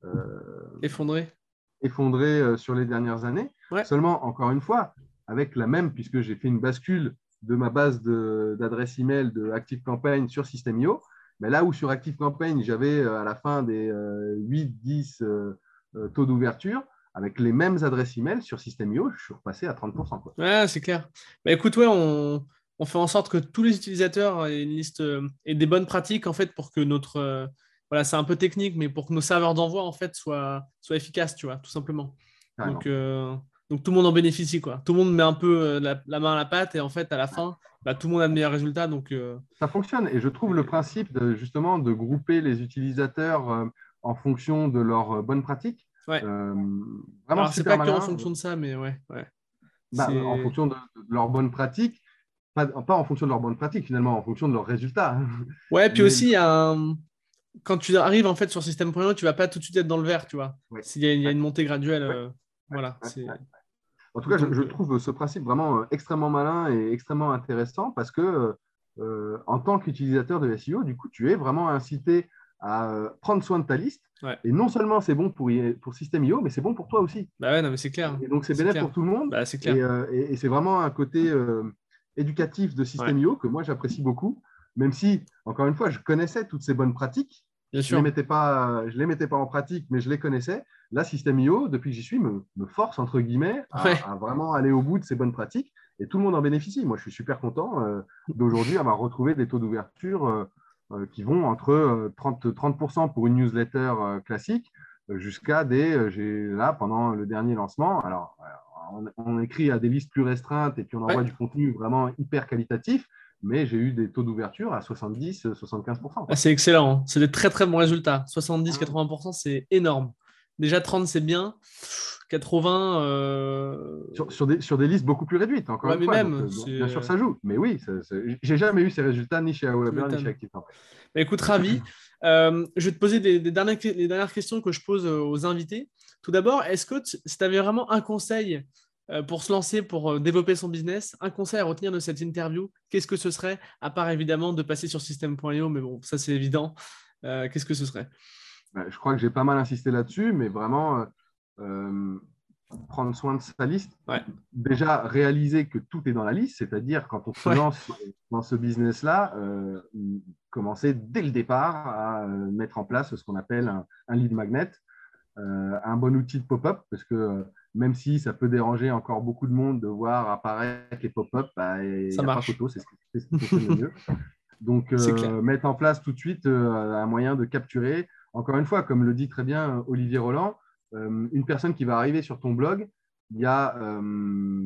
euh, Effondré. effondré euh, sur les dernières années. Ouais. Seulement, encore une fois, avec la même, puisque j'ai fait une bascule de ma base de, d'adresse email de ActiveCampaign sur System.io, mais là où sur ActiveCampaign, j'avais euh, à la fin des euh, huit dix euh, euh, taux d'ouverture, avec les mêmes adresses email sur System.io, je suis repassé à trente pour cent, quoi. Ouais, c'est clair. Bah, écoute, ouais, on, on fait en sorte que tous les utilisateurs aient une liste euh, et des bonnes pratiques en fait pour que notre euh, voilà, c'est un peu technique, mais pour que nos serveurs d'envoi en fait soient, soient efficaces, tu vois, tout simplement. Donc, Carrément. euh, donc tout le monde en bénéficie, quoi. Tout le monde met un peu euh, la, la main à la pâte et en fait à la fin, bah, tout le monde a de meilleurs résultats. Donc, euh, Ça fonctionne et je trouve le principe de, justement de grouper les utilisateurs euh, en fonction de leurs euh, bonnes pratiques ouais. euh, vraiment Alors c'est super pas que en malin. fonction de ça, mais ouais, ouais. Bah, en C'est fonction de, de leurs bonnes pratiques, pas, pas en fonction de leurs bonnes pratiques finalement, en fonction de leurs résultats. ouais. Puis Mais aussi, il y a un- quand tu arrives en fait sur System point i o, tu vas pas tout de suite être dans le vert, tu vois. ouais, S'il y a, il y a ouais, une montée graduelle, ouais, euh, ouais, voilà. ouais, C'est ouais. En tout cas, je, donc je euh, trouve ce principe vraiment euh, extrêmement malin et extrêmement intéressant parce que euh, en tant qu'utilisateur de S E O, du coup, tu es vraiment incité à euh, prendre soin de ta liste. ouais. Et non seulement c'est bon pour, pour System.io, mais c'est bon pour toi aussi. Bah ouais, non mais c'est clair, Et donc, c'est c'est bénéfique clair. pour tout le monde. Bah c'est Et, clair. euh, et- et c'est vraiment un côté euh, éducatif de Ouais, System.io que moi, j'apprécie beaucoup. Même si, encore une fois, je connaissais toutes ces bonnes pratiques. bien Je ne les sûr. mettais pas, je les mettais pas en pratique, mais je les connaissais. Là, System.io, depuis que j'y suis, me, me force, entre guillemets, Ouais. à, à vraiment aller au bout de ces bonnes pratiques. Et tout le monde en bénéficie. Moi, je suis super content euh, d'aujourd'hui avoir retrouvé des taux d'ouverture euh, euh, qui vont entre euh, trente, trente pour cent pour une newsletter euh, classique jusqu'à des, euh, j'ai là, pendant le dernier lancement, alors, on, on écrit à des listes plus restreintes et puis on envoie Ouais. du contenu vraiment hyper qualitatif, mais j'ai eu des taux d'ouverture à soixante-dix, soixante-quinze pour cent, Ah, quoi. c'est excellent, hein. C'est des très très bons résultats. Ah, soixante-dix-quatre-vingts pour cent, c'est énorme. Déjà trente, c'est bien. quatre-vingts, euh... sur, sur, des, sur des listes beaucoup plus réduites, encore ouais, une mais fois. Donc, même, euh, c'est... bien sûr, euh, ça joue. Mais oui, ça, ça, j'ai jamais eu ces résultats ni chez tu Aweber ni chez m'étonnes. ActiveCampaign. Bah, écoute, ravi. Euh, je vais te poser des, des dernières, les dernières questions que je pose euh, aux invités. Tout d'abord, est-ce que tu, si tu avais vraiment un conseil euh, pour se lancer, pour euh, développer son business, un conseil à retenir de cette interview, qu'est-ce que ce serait, à part évidemment de passer sur System point i o, mais bon, ça c'est évident. Euh, qu'est-ce que ce serait? Ben, je crois que j'ai pas mal insisté là-dessus, mais vraiment, euh, euh, prendre soin de sa liste. Ouais, Déjà, réaliser que tout est dans la liste, c'est-à-dire quand on se ouais, lance dans ce business-là, euh, commencer dès le départ à euh, mettre en place ce qu'on appelle un, un lead magnet, euh, un bon outil de pop-up, parce que euh, même si ça peut déranger encore beaucoup de monde de voir apparaître les pop-up, bah, il ça n'y a pas marche. photo, c'est ce, c'est ce qui fonctionne le mieux. Donc, C'est clair. euh, mettre en place tout de suite euh, un moyen de capturer, encore une fois, comme le dit très bien euh, Olivier Roland, euh, une personne qui va arriver sur ton blog, il y a euh,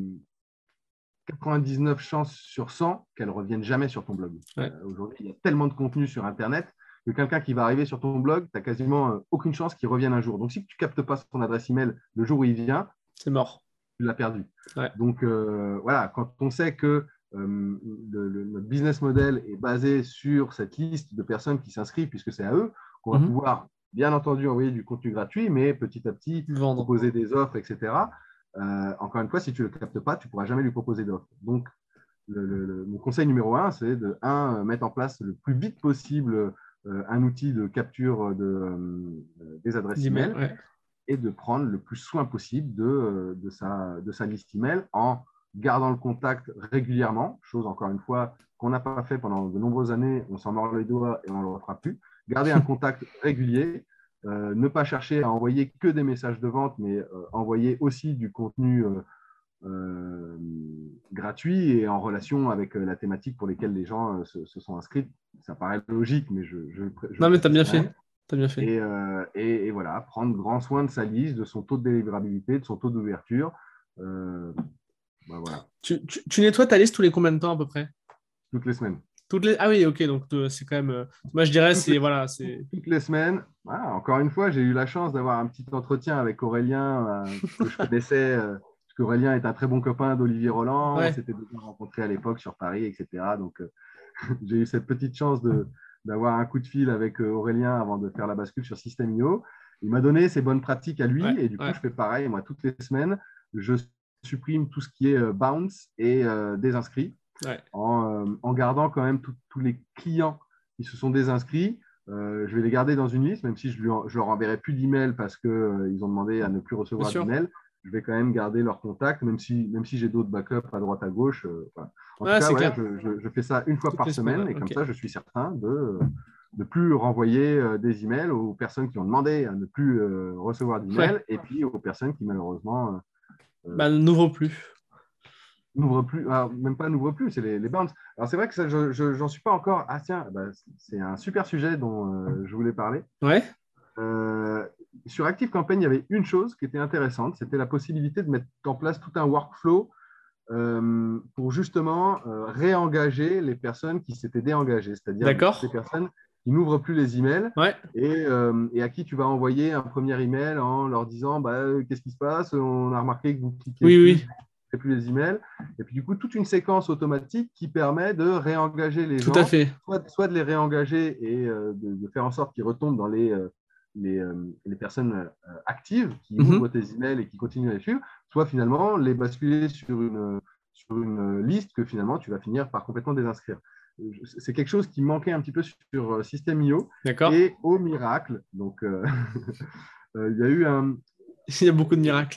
quatre-vingt-dix-neuf chances sur cent qu'elle ne revienne jamais sur ton blog. Ouais, Euh, aujourd'hui, il y a tellement de contenu sur Internet que quelqu'un qui va arriver sur ton blog, tu n'as quasiment euh, aucune chance qu'il revienne un jour. Donc, si tu ne captes pas son adresse email le jour où il vient, c'est mort. tu l'as perdu. Ouais. Donc, euh, voilà, quand on sait que euh, le, le, notre business model est basé sur cette liste de personnes qui s'inscrivent, puisque c'est à eux qu'on va Mhm. pouvoir, bien entendu, envoyer du contenu gratuit, mais petit à petit, Vendre. proposer des offres, et cetera. Euh, encore une fois, si tu ne le captes pas, tu ne pourras jamais lui proposer d'offres. Donc, le, le, le, mon conseil numéro un, c'est de, un, mettre en place le plus vite possible euh, un outil de capture de, euh, des adresses D'email, email ouais. et de prendre le plus soin possible de, euh, de, sa, de sa liste email en gardant le contact régulièrement, chose encore une fois qu'on n'a pas fait pendant de nombreuses années, on s'en mord les doigts et on ne le refera plus. Garder un contact régulier, euh, ne pas chercher à envoyer que des messages de vente, mais euh, envoyer aussi du contenu euh, euh, gratuit et en relation avec euh, la thématique pour lesquelles les gens euh, se, se, sont inscrits. Ça paraît logique, mais je, je, je Non, le mais t'as précise bien quand même. fait. T'as bien fait. Et, euh, et, et, voilà, prendre grand soin de sa liste, de son taux de délivrabilité, de son taux d'ouverture. Euh, ben voilà, Tu, tu, tu nettoies ta liste tous les combien de temps à peu près? toutes les semaines. Toutes les... Ah oui, ok, donc euh, c'est quand même. euh, Moi, je dirais, Toutes les, c'est. Voilà, c'est. toutes les semaines. Voilà, encore une fois, j'ai eu la chance d'avoir un petit entretien avec Aurélien euh, que je connaissais, euh, parce qu'Aurélien est un très bon copain d'Olivier Roland. On Ouais, s'était déjà rencontrés à l'époque sur Paris, et cetera. Donc, euh, j'ai eu cette petite chance de, d'avoir un coup de fil avec euh, Aurélien avant de faire la bascule sur System.io. Il m'a donné ses bonnes pratiques à lui ouais, et du coup, ouais, je fais pareil. Moi, toutes les semaines, je supprime tout ce qui est euh, bounce et euh, désinscrits ouais. en, euh, en gardant quand même tous les clients qui se sont désinscrits. Euh, je vais les garder dans une liste, même si je, lui en, je leur enverrai plus d'emails parce qu'ils euh, ont demandé à ne plus Bien recevoir sûr. d'emails. Je vais quand même garder leurs contacts, même si, même si j'ai d'autres backups à droite à gauche. Euh, voilà. En tout Ouais, cas, c'est ouais, clair. je, je, je, fais ça une fois Toutes par les semaines, semaine ouais, et comme ok. ça, je suis certain de ne plus renvoyer euh, des emails aux personnes qui ont demandé à ne plus euh, recevoir Ouais. d'emails et puis aux personnes qui malheureusement euh, Bah, n'ouvre plus. n'ouvre plus, alors, même pas n'ouvre plus, c'est les, les bounce. Alors c'est vrai que ça, je, je, j'en suis pas encore. Ah tiens, bah, c'est un super sujet dont euh, je voulais parler. Ouais, Euh, sur ActiveCampaign, il y avait une chose qui était intéressante, c'était la possibilité de mettre en place tout un workflow euh, pour justement euh, réengager les personnes qui s'étaient déengagées, c'est-à-dire toutes les d'accord. personnes qui n'ouvrent plus les emails Ouais, et, euh, et à qui tu vas envoyer un premier email en leur disant bah, euh, qu'est-ce qui se passe, on a remarqué que vous cliquez oui, plus, oui, vous ne faites plus les emails. Et puis du coup, toute une séquence automatique qui permet de réengager les tout à gens, fait. soit, soit de les réengager et euh, de, de, faire en sorte qu'ils retombent dans les, euh, les, euh, les personnes euh, actives qui ouvrent Mhm. tes emails et qui continuent à les suivre, soit finalement les basculer sur une sur une liste que finalement tu vas finir par complètement désinscrire. C'est quelque chose qui manquait un petit peu sur System.io D'accord. et au miracle, donc euh, il y a eu un Il y a beaucoup de miracles.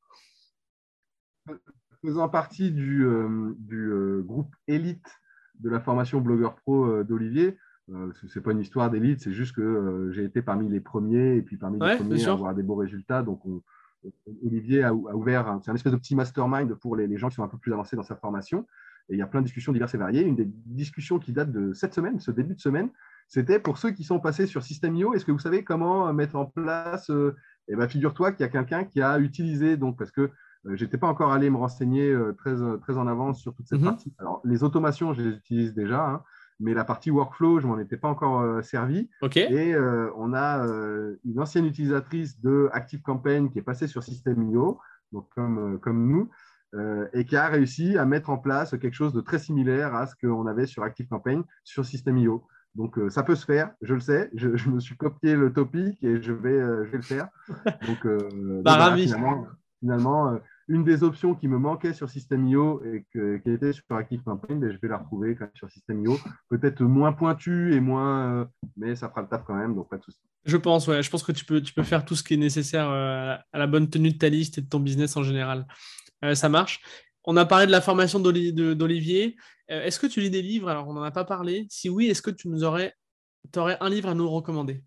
faisant partie du, euh, du euh, groupe élite de la formation blogueur pro euh, d'Olivier. Euh, ce n'est pas une histoire d'élite, c'est juste que euh, j'ai été parmi les premiers et puis parmi les Ouais, bien premiers à sûr. avoir des beaux résultats. Donc, on, Olivier a, a ouvert, c'est un espèce de petit mastermind pour les, les, gens qui sont un peu plus avancés dans sa formation. Et il y a plein de discussions diverses et variées. Une des discussions qui date de cette semaine, ce début de semaine, c'était pour ceux qui sont passés sur System.io, est-ce que vous savez comment mettre en place euh, eh ben, figure-toi qu'il y a quelqu'un qui a utilisé, donc, parce que euh, je n'étais pas encore allé me renseigner euh, très, très en avance sur toute cette Mhm. partie. Alors, les automations, je les utilise déjà, hein, mais la partie workflow, je ne m'en étais pas encore euh, servi. Ok. Et euh, on a euh, une ancienne utilisatrice de ActiveCampaign qui est passée sur System.io, donc comme, euh, comme nous, euh, et qui a réussi à mettre en place quelque chose de très similaire à ce qu'on avait sur ActiveCampaign sur System.io. Donc, euh, ça peut se faire, je le sais. Je, je me suis copié le topic et je vais, euh, je vais le faire. Donc, euh, Bah, donc voilà, ravi. finalement, finalement euh, une des options qui me manquait sur System.io et que, qui était sur ActiveCampaign, ben, je vais la retrouver quand même sur System.io. Peut-être moins pointue et moins, euh, mais ça fera le taf quand même, donc pas de souci. Je pense, ouais. Je pense que tu peux, tu peux faire tout ce qui est nécessaire euh, à la bonne tenue de ta liste et de ton business en général. Euh, ça marche. On a parlé de la formation d'Oli- de- d'Olivier. Euh, est-ce que tu lis des livres? Alors, on n'en a pas parlé. Si oui, est-ce que tu nous aurais, t'aurais un livre à nous recommander?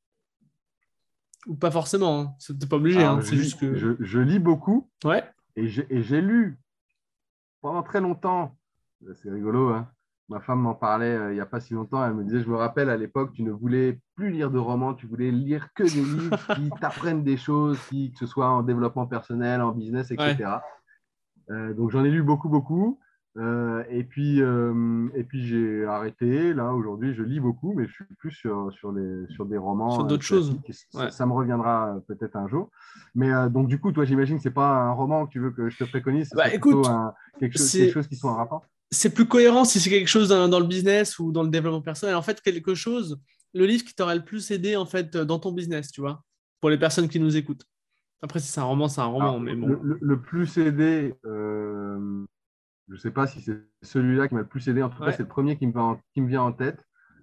Ou pas forcément, hein. C'est pas obligé, hein. Alors, je C'est lis, juste que. je, je lis beaucoup Ouais, et j'ai lu pendant très longtemps, c'est rigolo, hein. Ma femme m'en parlait euh, il n'y a pas si longtemps. Elle me disait, je me rappelle à l'époque, tu ne voulais plus lire de romans, tu voulais lire que des livres qui t'apprennent des choses, qui, que ce soit en développement personnel, en business, ouais. et cetera. Euh, donc j'en ai lu beaucoup, beaucoup. Euh, et puis, euh, et puis j'ai arrêté. Là, aujourd'hui, je lis beaucoup, mais je suis plus sur, sur, les, sur des Sur romans euh, d'autres choses. classiques. Ça, Ouais. ça me reviendra euh, peut-être un jour. Mais euh, donc, du coup, toi, j'imagine que ce n'est pas un roman que tu veux que je te préconise, ce Bah serait plutôt écoute, un, quelque, chose, quelque c'est chose qui soit en rapport. c'est plus cohérent si c'est quelque chose dans, dans le business ou dans le développement personnel. En fait, quelque chose, le livre qui t'aurait le plus aidé en fait dans ton business, tu vois, pour les personnes qui nous écoutent. Après, si c'est un roman, c'est un roman, Alors, mais le, bon. le- le plus aidé, euh, je ne sais pas si c'est celui-là qui m'a le plus aidé. En tout cas, Ouais, c'est le premier qui me, va en- qui me vient en tête.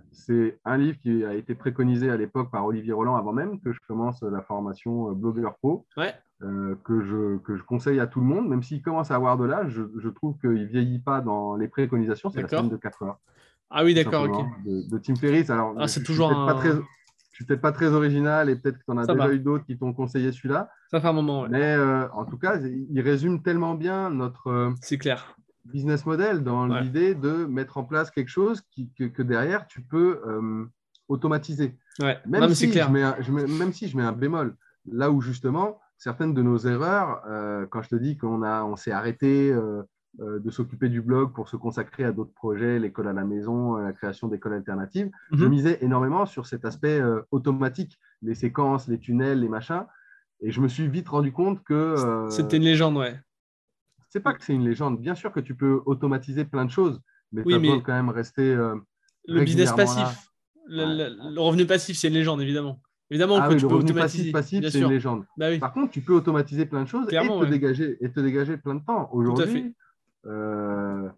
C'est un livre qui a été préconisé à l'époque par Olivier Roland avant même que je commence la formation blogueur pro, Ouais. euh, que, je, que je conseille à tout le monde, même s'il commence à avoir de l'âge, je, je trouve qu'il ne vieillit pas dans les préconisations. C'est la semaine de D'accord. quatre heures, Ah oui, tout d'accord, ok. simplement, de, de Tim Ferriss. Alors, Ah, je c'est ne suis toujours peut-être pas très, un. je suis peut-être pas très original et peut-être que tu en as Ça déjà eu va. d'autres qui t'ont conseillé celui-là, Ça fait un moment, ouais. mais euh, en tout cas, il résume tellement bien notre euh, C'est clair. business model dans Ouais. l'idée de mettre en place quelque chose qui, que, que derrière, tu peux euh, automatiser. Ouais. Non, Même mais c'est si, je clair. mets un, je mets, même si je mets un bémol, là où justement, certaines de nos erreurs, euh, quand je te dis qu'on a, on s'est arrêté euh, euh, de s'occuper du blog pour se consacrer à d'autres projets, l'école à la maison, la création d'écoles alternatives, je Mhm. misais énormément sur cet aspect euh, automatique, les séquences, les tunnels, les machins. Et je me suis vite rendu compte que C'était euh, une légende, ouais. c'est pas que c'est une légende. Bien sûr que tu peux automatiser plein de choses, mais tu Oui, as besoin de mais quand même rester euh, le business régulièrement là. passif, le, Ouais. le- le revenu passif, c'est une légende, évidemment. Évidemment Ah que oui, tu le peux revenu passif, automatiser, passif, bien c'est une sûr. légende. Bah oui, Par contre, tu peux automatiser plein de choses et clairement, te ouais. dégager, et te dégager plein de temps. Tout à fait. Aujourd'hui, euh,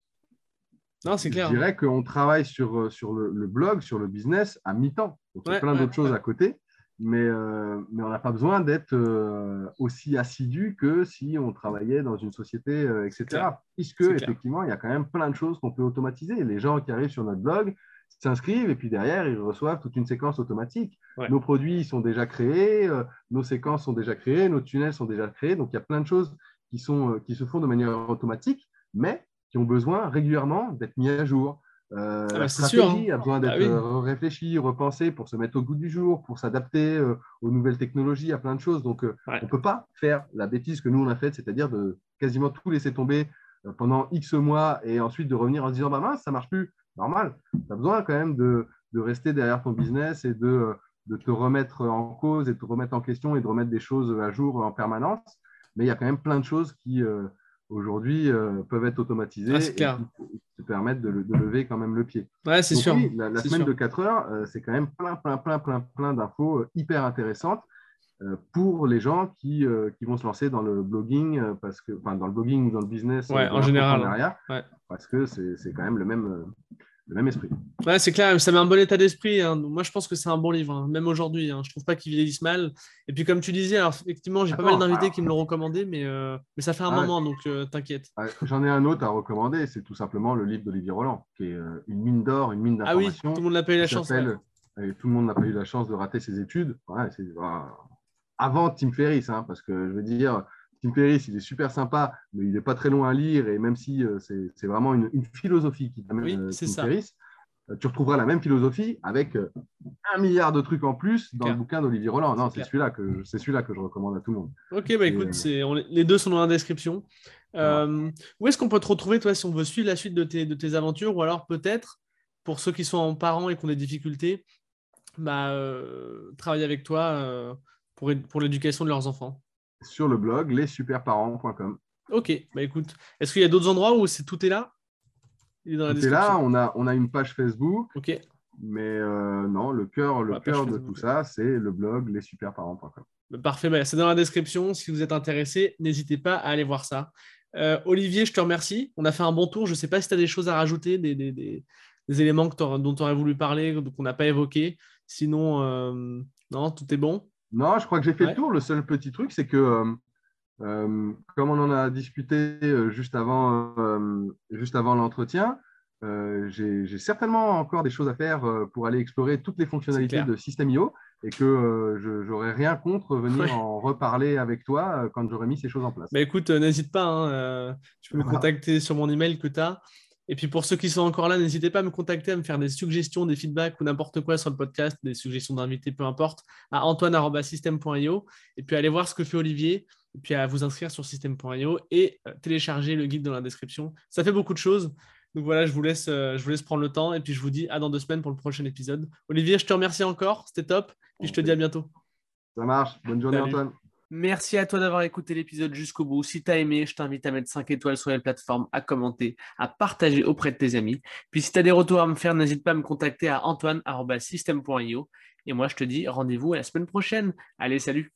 Non, c'est je clair, hein. dirais qu'on travaille sur, sur le, le blog, sur le business à mi-temps. Donc, il y a Ouais, plein ouais, d'autres choses ouais. à côté, mais, euh, mais on n'a pas besoin d'être euh, aussi assidu que si on travaillait dans une société, euh, C'est clair. et cetera. Puisque, C'est clair. effectivement, il y a quand même plein de choses qu'on peut automatiser. Les gens qui arrivent sur notre blog s'inscrivent et puis derrière, ils reçoivent toute une séquence automatique. Ouais. Nos produits sont déjà créés, euh, nos séquences sont déjà créées, nos tunnels sont déjà créés. Donc, il y a plein de choses qui, sont, euh, qui se font de manière automatique, mais qui ont besoin régulièrement d'être mis à jour. Euh, Ah la bah c'est sûr, hein. stratégie a besoin Bah d'être oui. euh, réfléchie, repensée pour se mettre au goût du jour, pour s'adapter euh, aux nouvelles technologies, à plein de choses. Donc, euh, Ouais. on ne peut pas faire la bêtise que nous, on a faite, c'est-à-dire de quasiment tout laisser tomber euh, pendant X mois et ensuite de revenir en se disant, bah mince, ça ne marche plus. Normal. Tu as besoin quand même de, de rester derrière ton business et de, euh, de te remettre en cause et de te remettre en question et de remettre des choses à jour en permanence. Mais il y a quand même plein de choses qui, euh, aujourd'hui, euh, peuvent être Ah, c'est automatisées et clair. qui te permettent de, de lever quand même le pied. Ouais, c'est Donc sûr. oui, la, la C'est semaine de sûr. quatre heures, euh, c'est quand même plein, plein, plein, plein, plein d'infos euh, hyper intéressantes euh, pour les gens qui, euh, qui vont se lancer dans le blogging, euh, parce que, enfin, dans le blogging ou dans le business euh, Ouais, de en général, hein. l'infopreneuriat, Ouais. parce que c'est c'est quand même le même, euh, le même esprit. Ouais, c'est clair, ça met un bon état d'esprit, hein. Moi, je pense que c'est un bon livre, hein, même aujourd'hui, hein. Je trouve pas qu'il vieillisse mal. Et puis, comme tu disais, alors effectivement, j'ai pas mal Attends, d'invités alors, qui me l'ont recommandé, mais, euh, mais ça fait un ah ouais, moment, donc euh, t'inquiète. ah, j'en ai un autre à recommander, c'est tout simplement le livre d'Olivier Roland, qui est euh, une mine d'or, une mine Ah oui, tout d'informations, le monde n'a pas eu qui la chance, ouais. s'appelle, et tout le monde n'a pas eu la chance de rater ses études. Ouais, c'est, voilà, avant Tim Ferriss, hein, parce que je veux dire, Tim Ferriss, il est super sympa, mais il n'est pas très long à lire, et même si euh, c'est, c'est vraiment une, une philosophie qui t'amène Oui, euh, c'est Tim ça, Ferriss, euh, tu retrouveras la même philosophie avec euh, un milliard de trucs en plus c'est dans le clair, bouquin d'Olivier Roland. c'est Non, c'est clair. celui-là que, c'est celui-là que je recommande à tout le monde. Ok, bah Et, écoute, euh, c'est, on- les deux sont dans la description. ça marche. Euh, où est-ce qu'on peut te retrouver, toi, si on veut suivre la suite de tes, de tes aventures, ou alors peut-être, pour ceux qui sont en parents et qui ont des difficultés, bah, euh, travailler avec toi euh, pour, pour l'éducation de leurs enfants. Sur le blog les super parents point com. Ok, bah écoute, est-ce qu'il y a d'autres endroits où c'est, tout est là? Il est dans la Tout est là, description. on a, on a une page Facebook, Ok, mais euh, non, le cœur, pour le la page cœur de tout Facebook. Ouais. ça, c'est le blog les super parents point com. Bah, parfait, bah, c'est dans la description. Si vous êtes intéressé, n'hésitez pas à aller voir ça. Euh, Olivier, je te remercie. On a fait un bon tour. Je ne sais pas si tu as des choses à rajouter, des, des, des, des éléments que dont tu aurais voulu parler, qu'on n'a pas évoqués. Sinon, euh, non, tout est bon. Non, je crois que j'ai fait le Ouais, tour. Le seul petit truc, c'est que euh, Euh, comme on en a discuté euh, juste avant, euh, juste avant l'entretien, euh, j'ai j'ai certainement encore des choses à faire euh, pour aller explorer toutes les c'est fonctionnalités clair. de System.io et que euh, je n'aurai rien contre venir Ouais. en reparler avec toi euh, quand j'aurai mis ces choses en place. Bah écoute, euh, n'hésite pas, hein, euh, tu peux me Ça marche. contacter sur mon email que tu as. Et puis pour ceux qui sont encore là, n'hésitez pas à me contacter, à me faire des suggestions, des feedbacks ou n'importe quoi sur le podcast, des suggestions d'invités, peu importe, à antoine arobase système point i o. Et puis allez voir ce que fait Olivier, et puis à vous inscrire sur système point i o et euh, télécharger le guide dans la description. Ça fait beaucoup de choses. Donc voilà, je vous laisse, euh, je vous laisse prendre le temps et puis je vous dis à dans deux semaines pour le prochain épisode. Olivier, je te remercie encore, c'était top. Puis je te dis à bientôt. Ça marche. Bonne journée, Salut. Antoine. Merci à toi d'avoir écouté l'épisode jusqu'au bout. Si tu as aimé, je t'invite à mettre cinq étoiles sur les plateformes, à commenter, à partager auprès de tes amis. Puis si tu as des retours à me faire, n'hésite pas à me contacter à antoine arobase système point i o. Et moi, je te dis rendez-vous à la semaine prochaine. Allez, salut!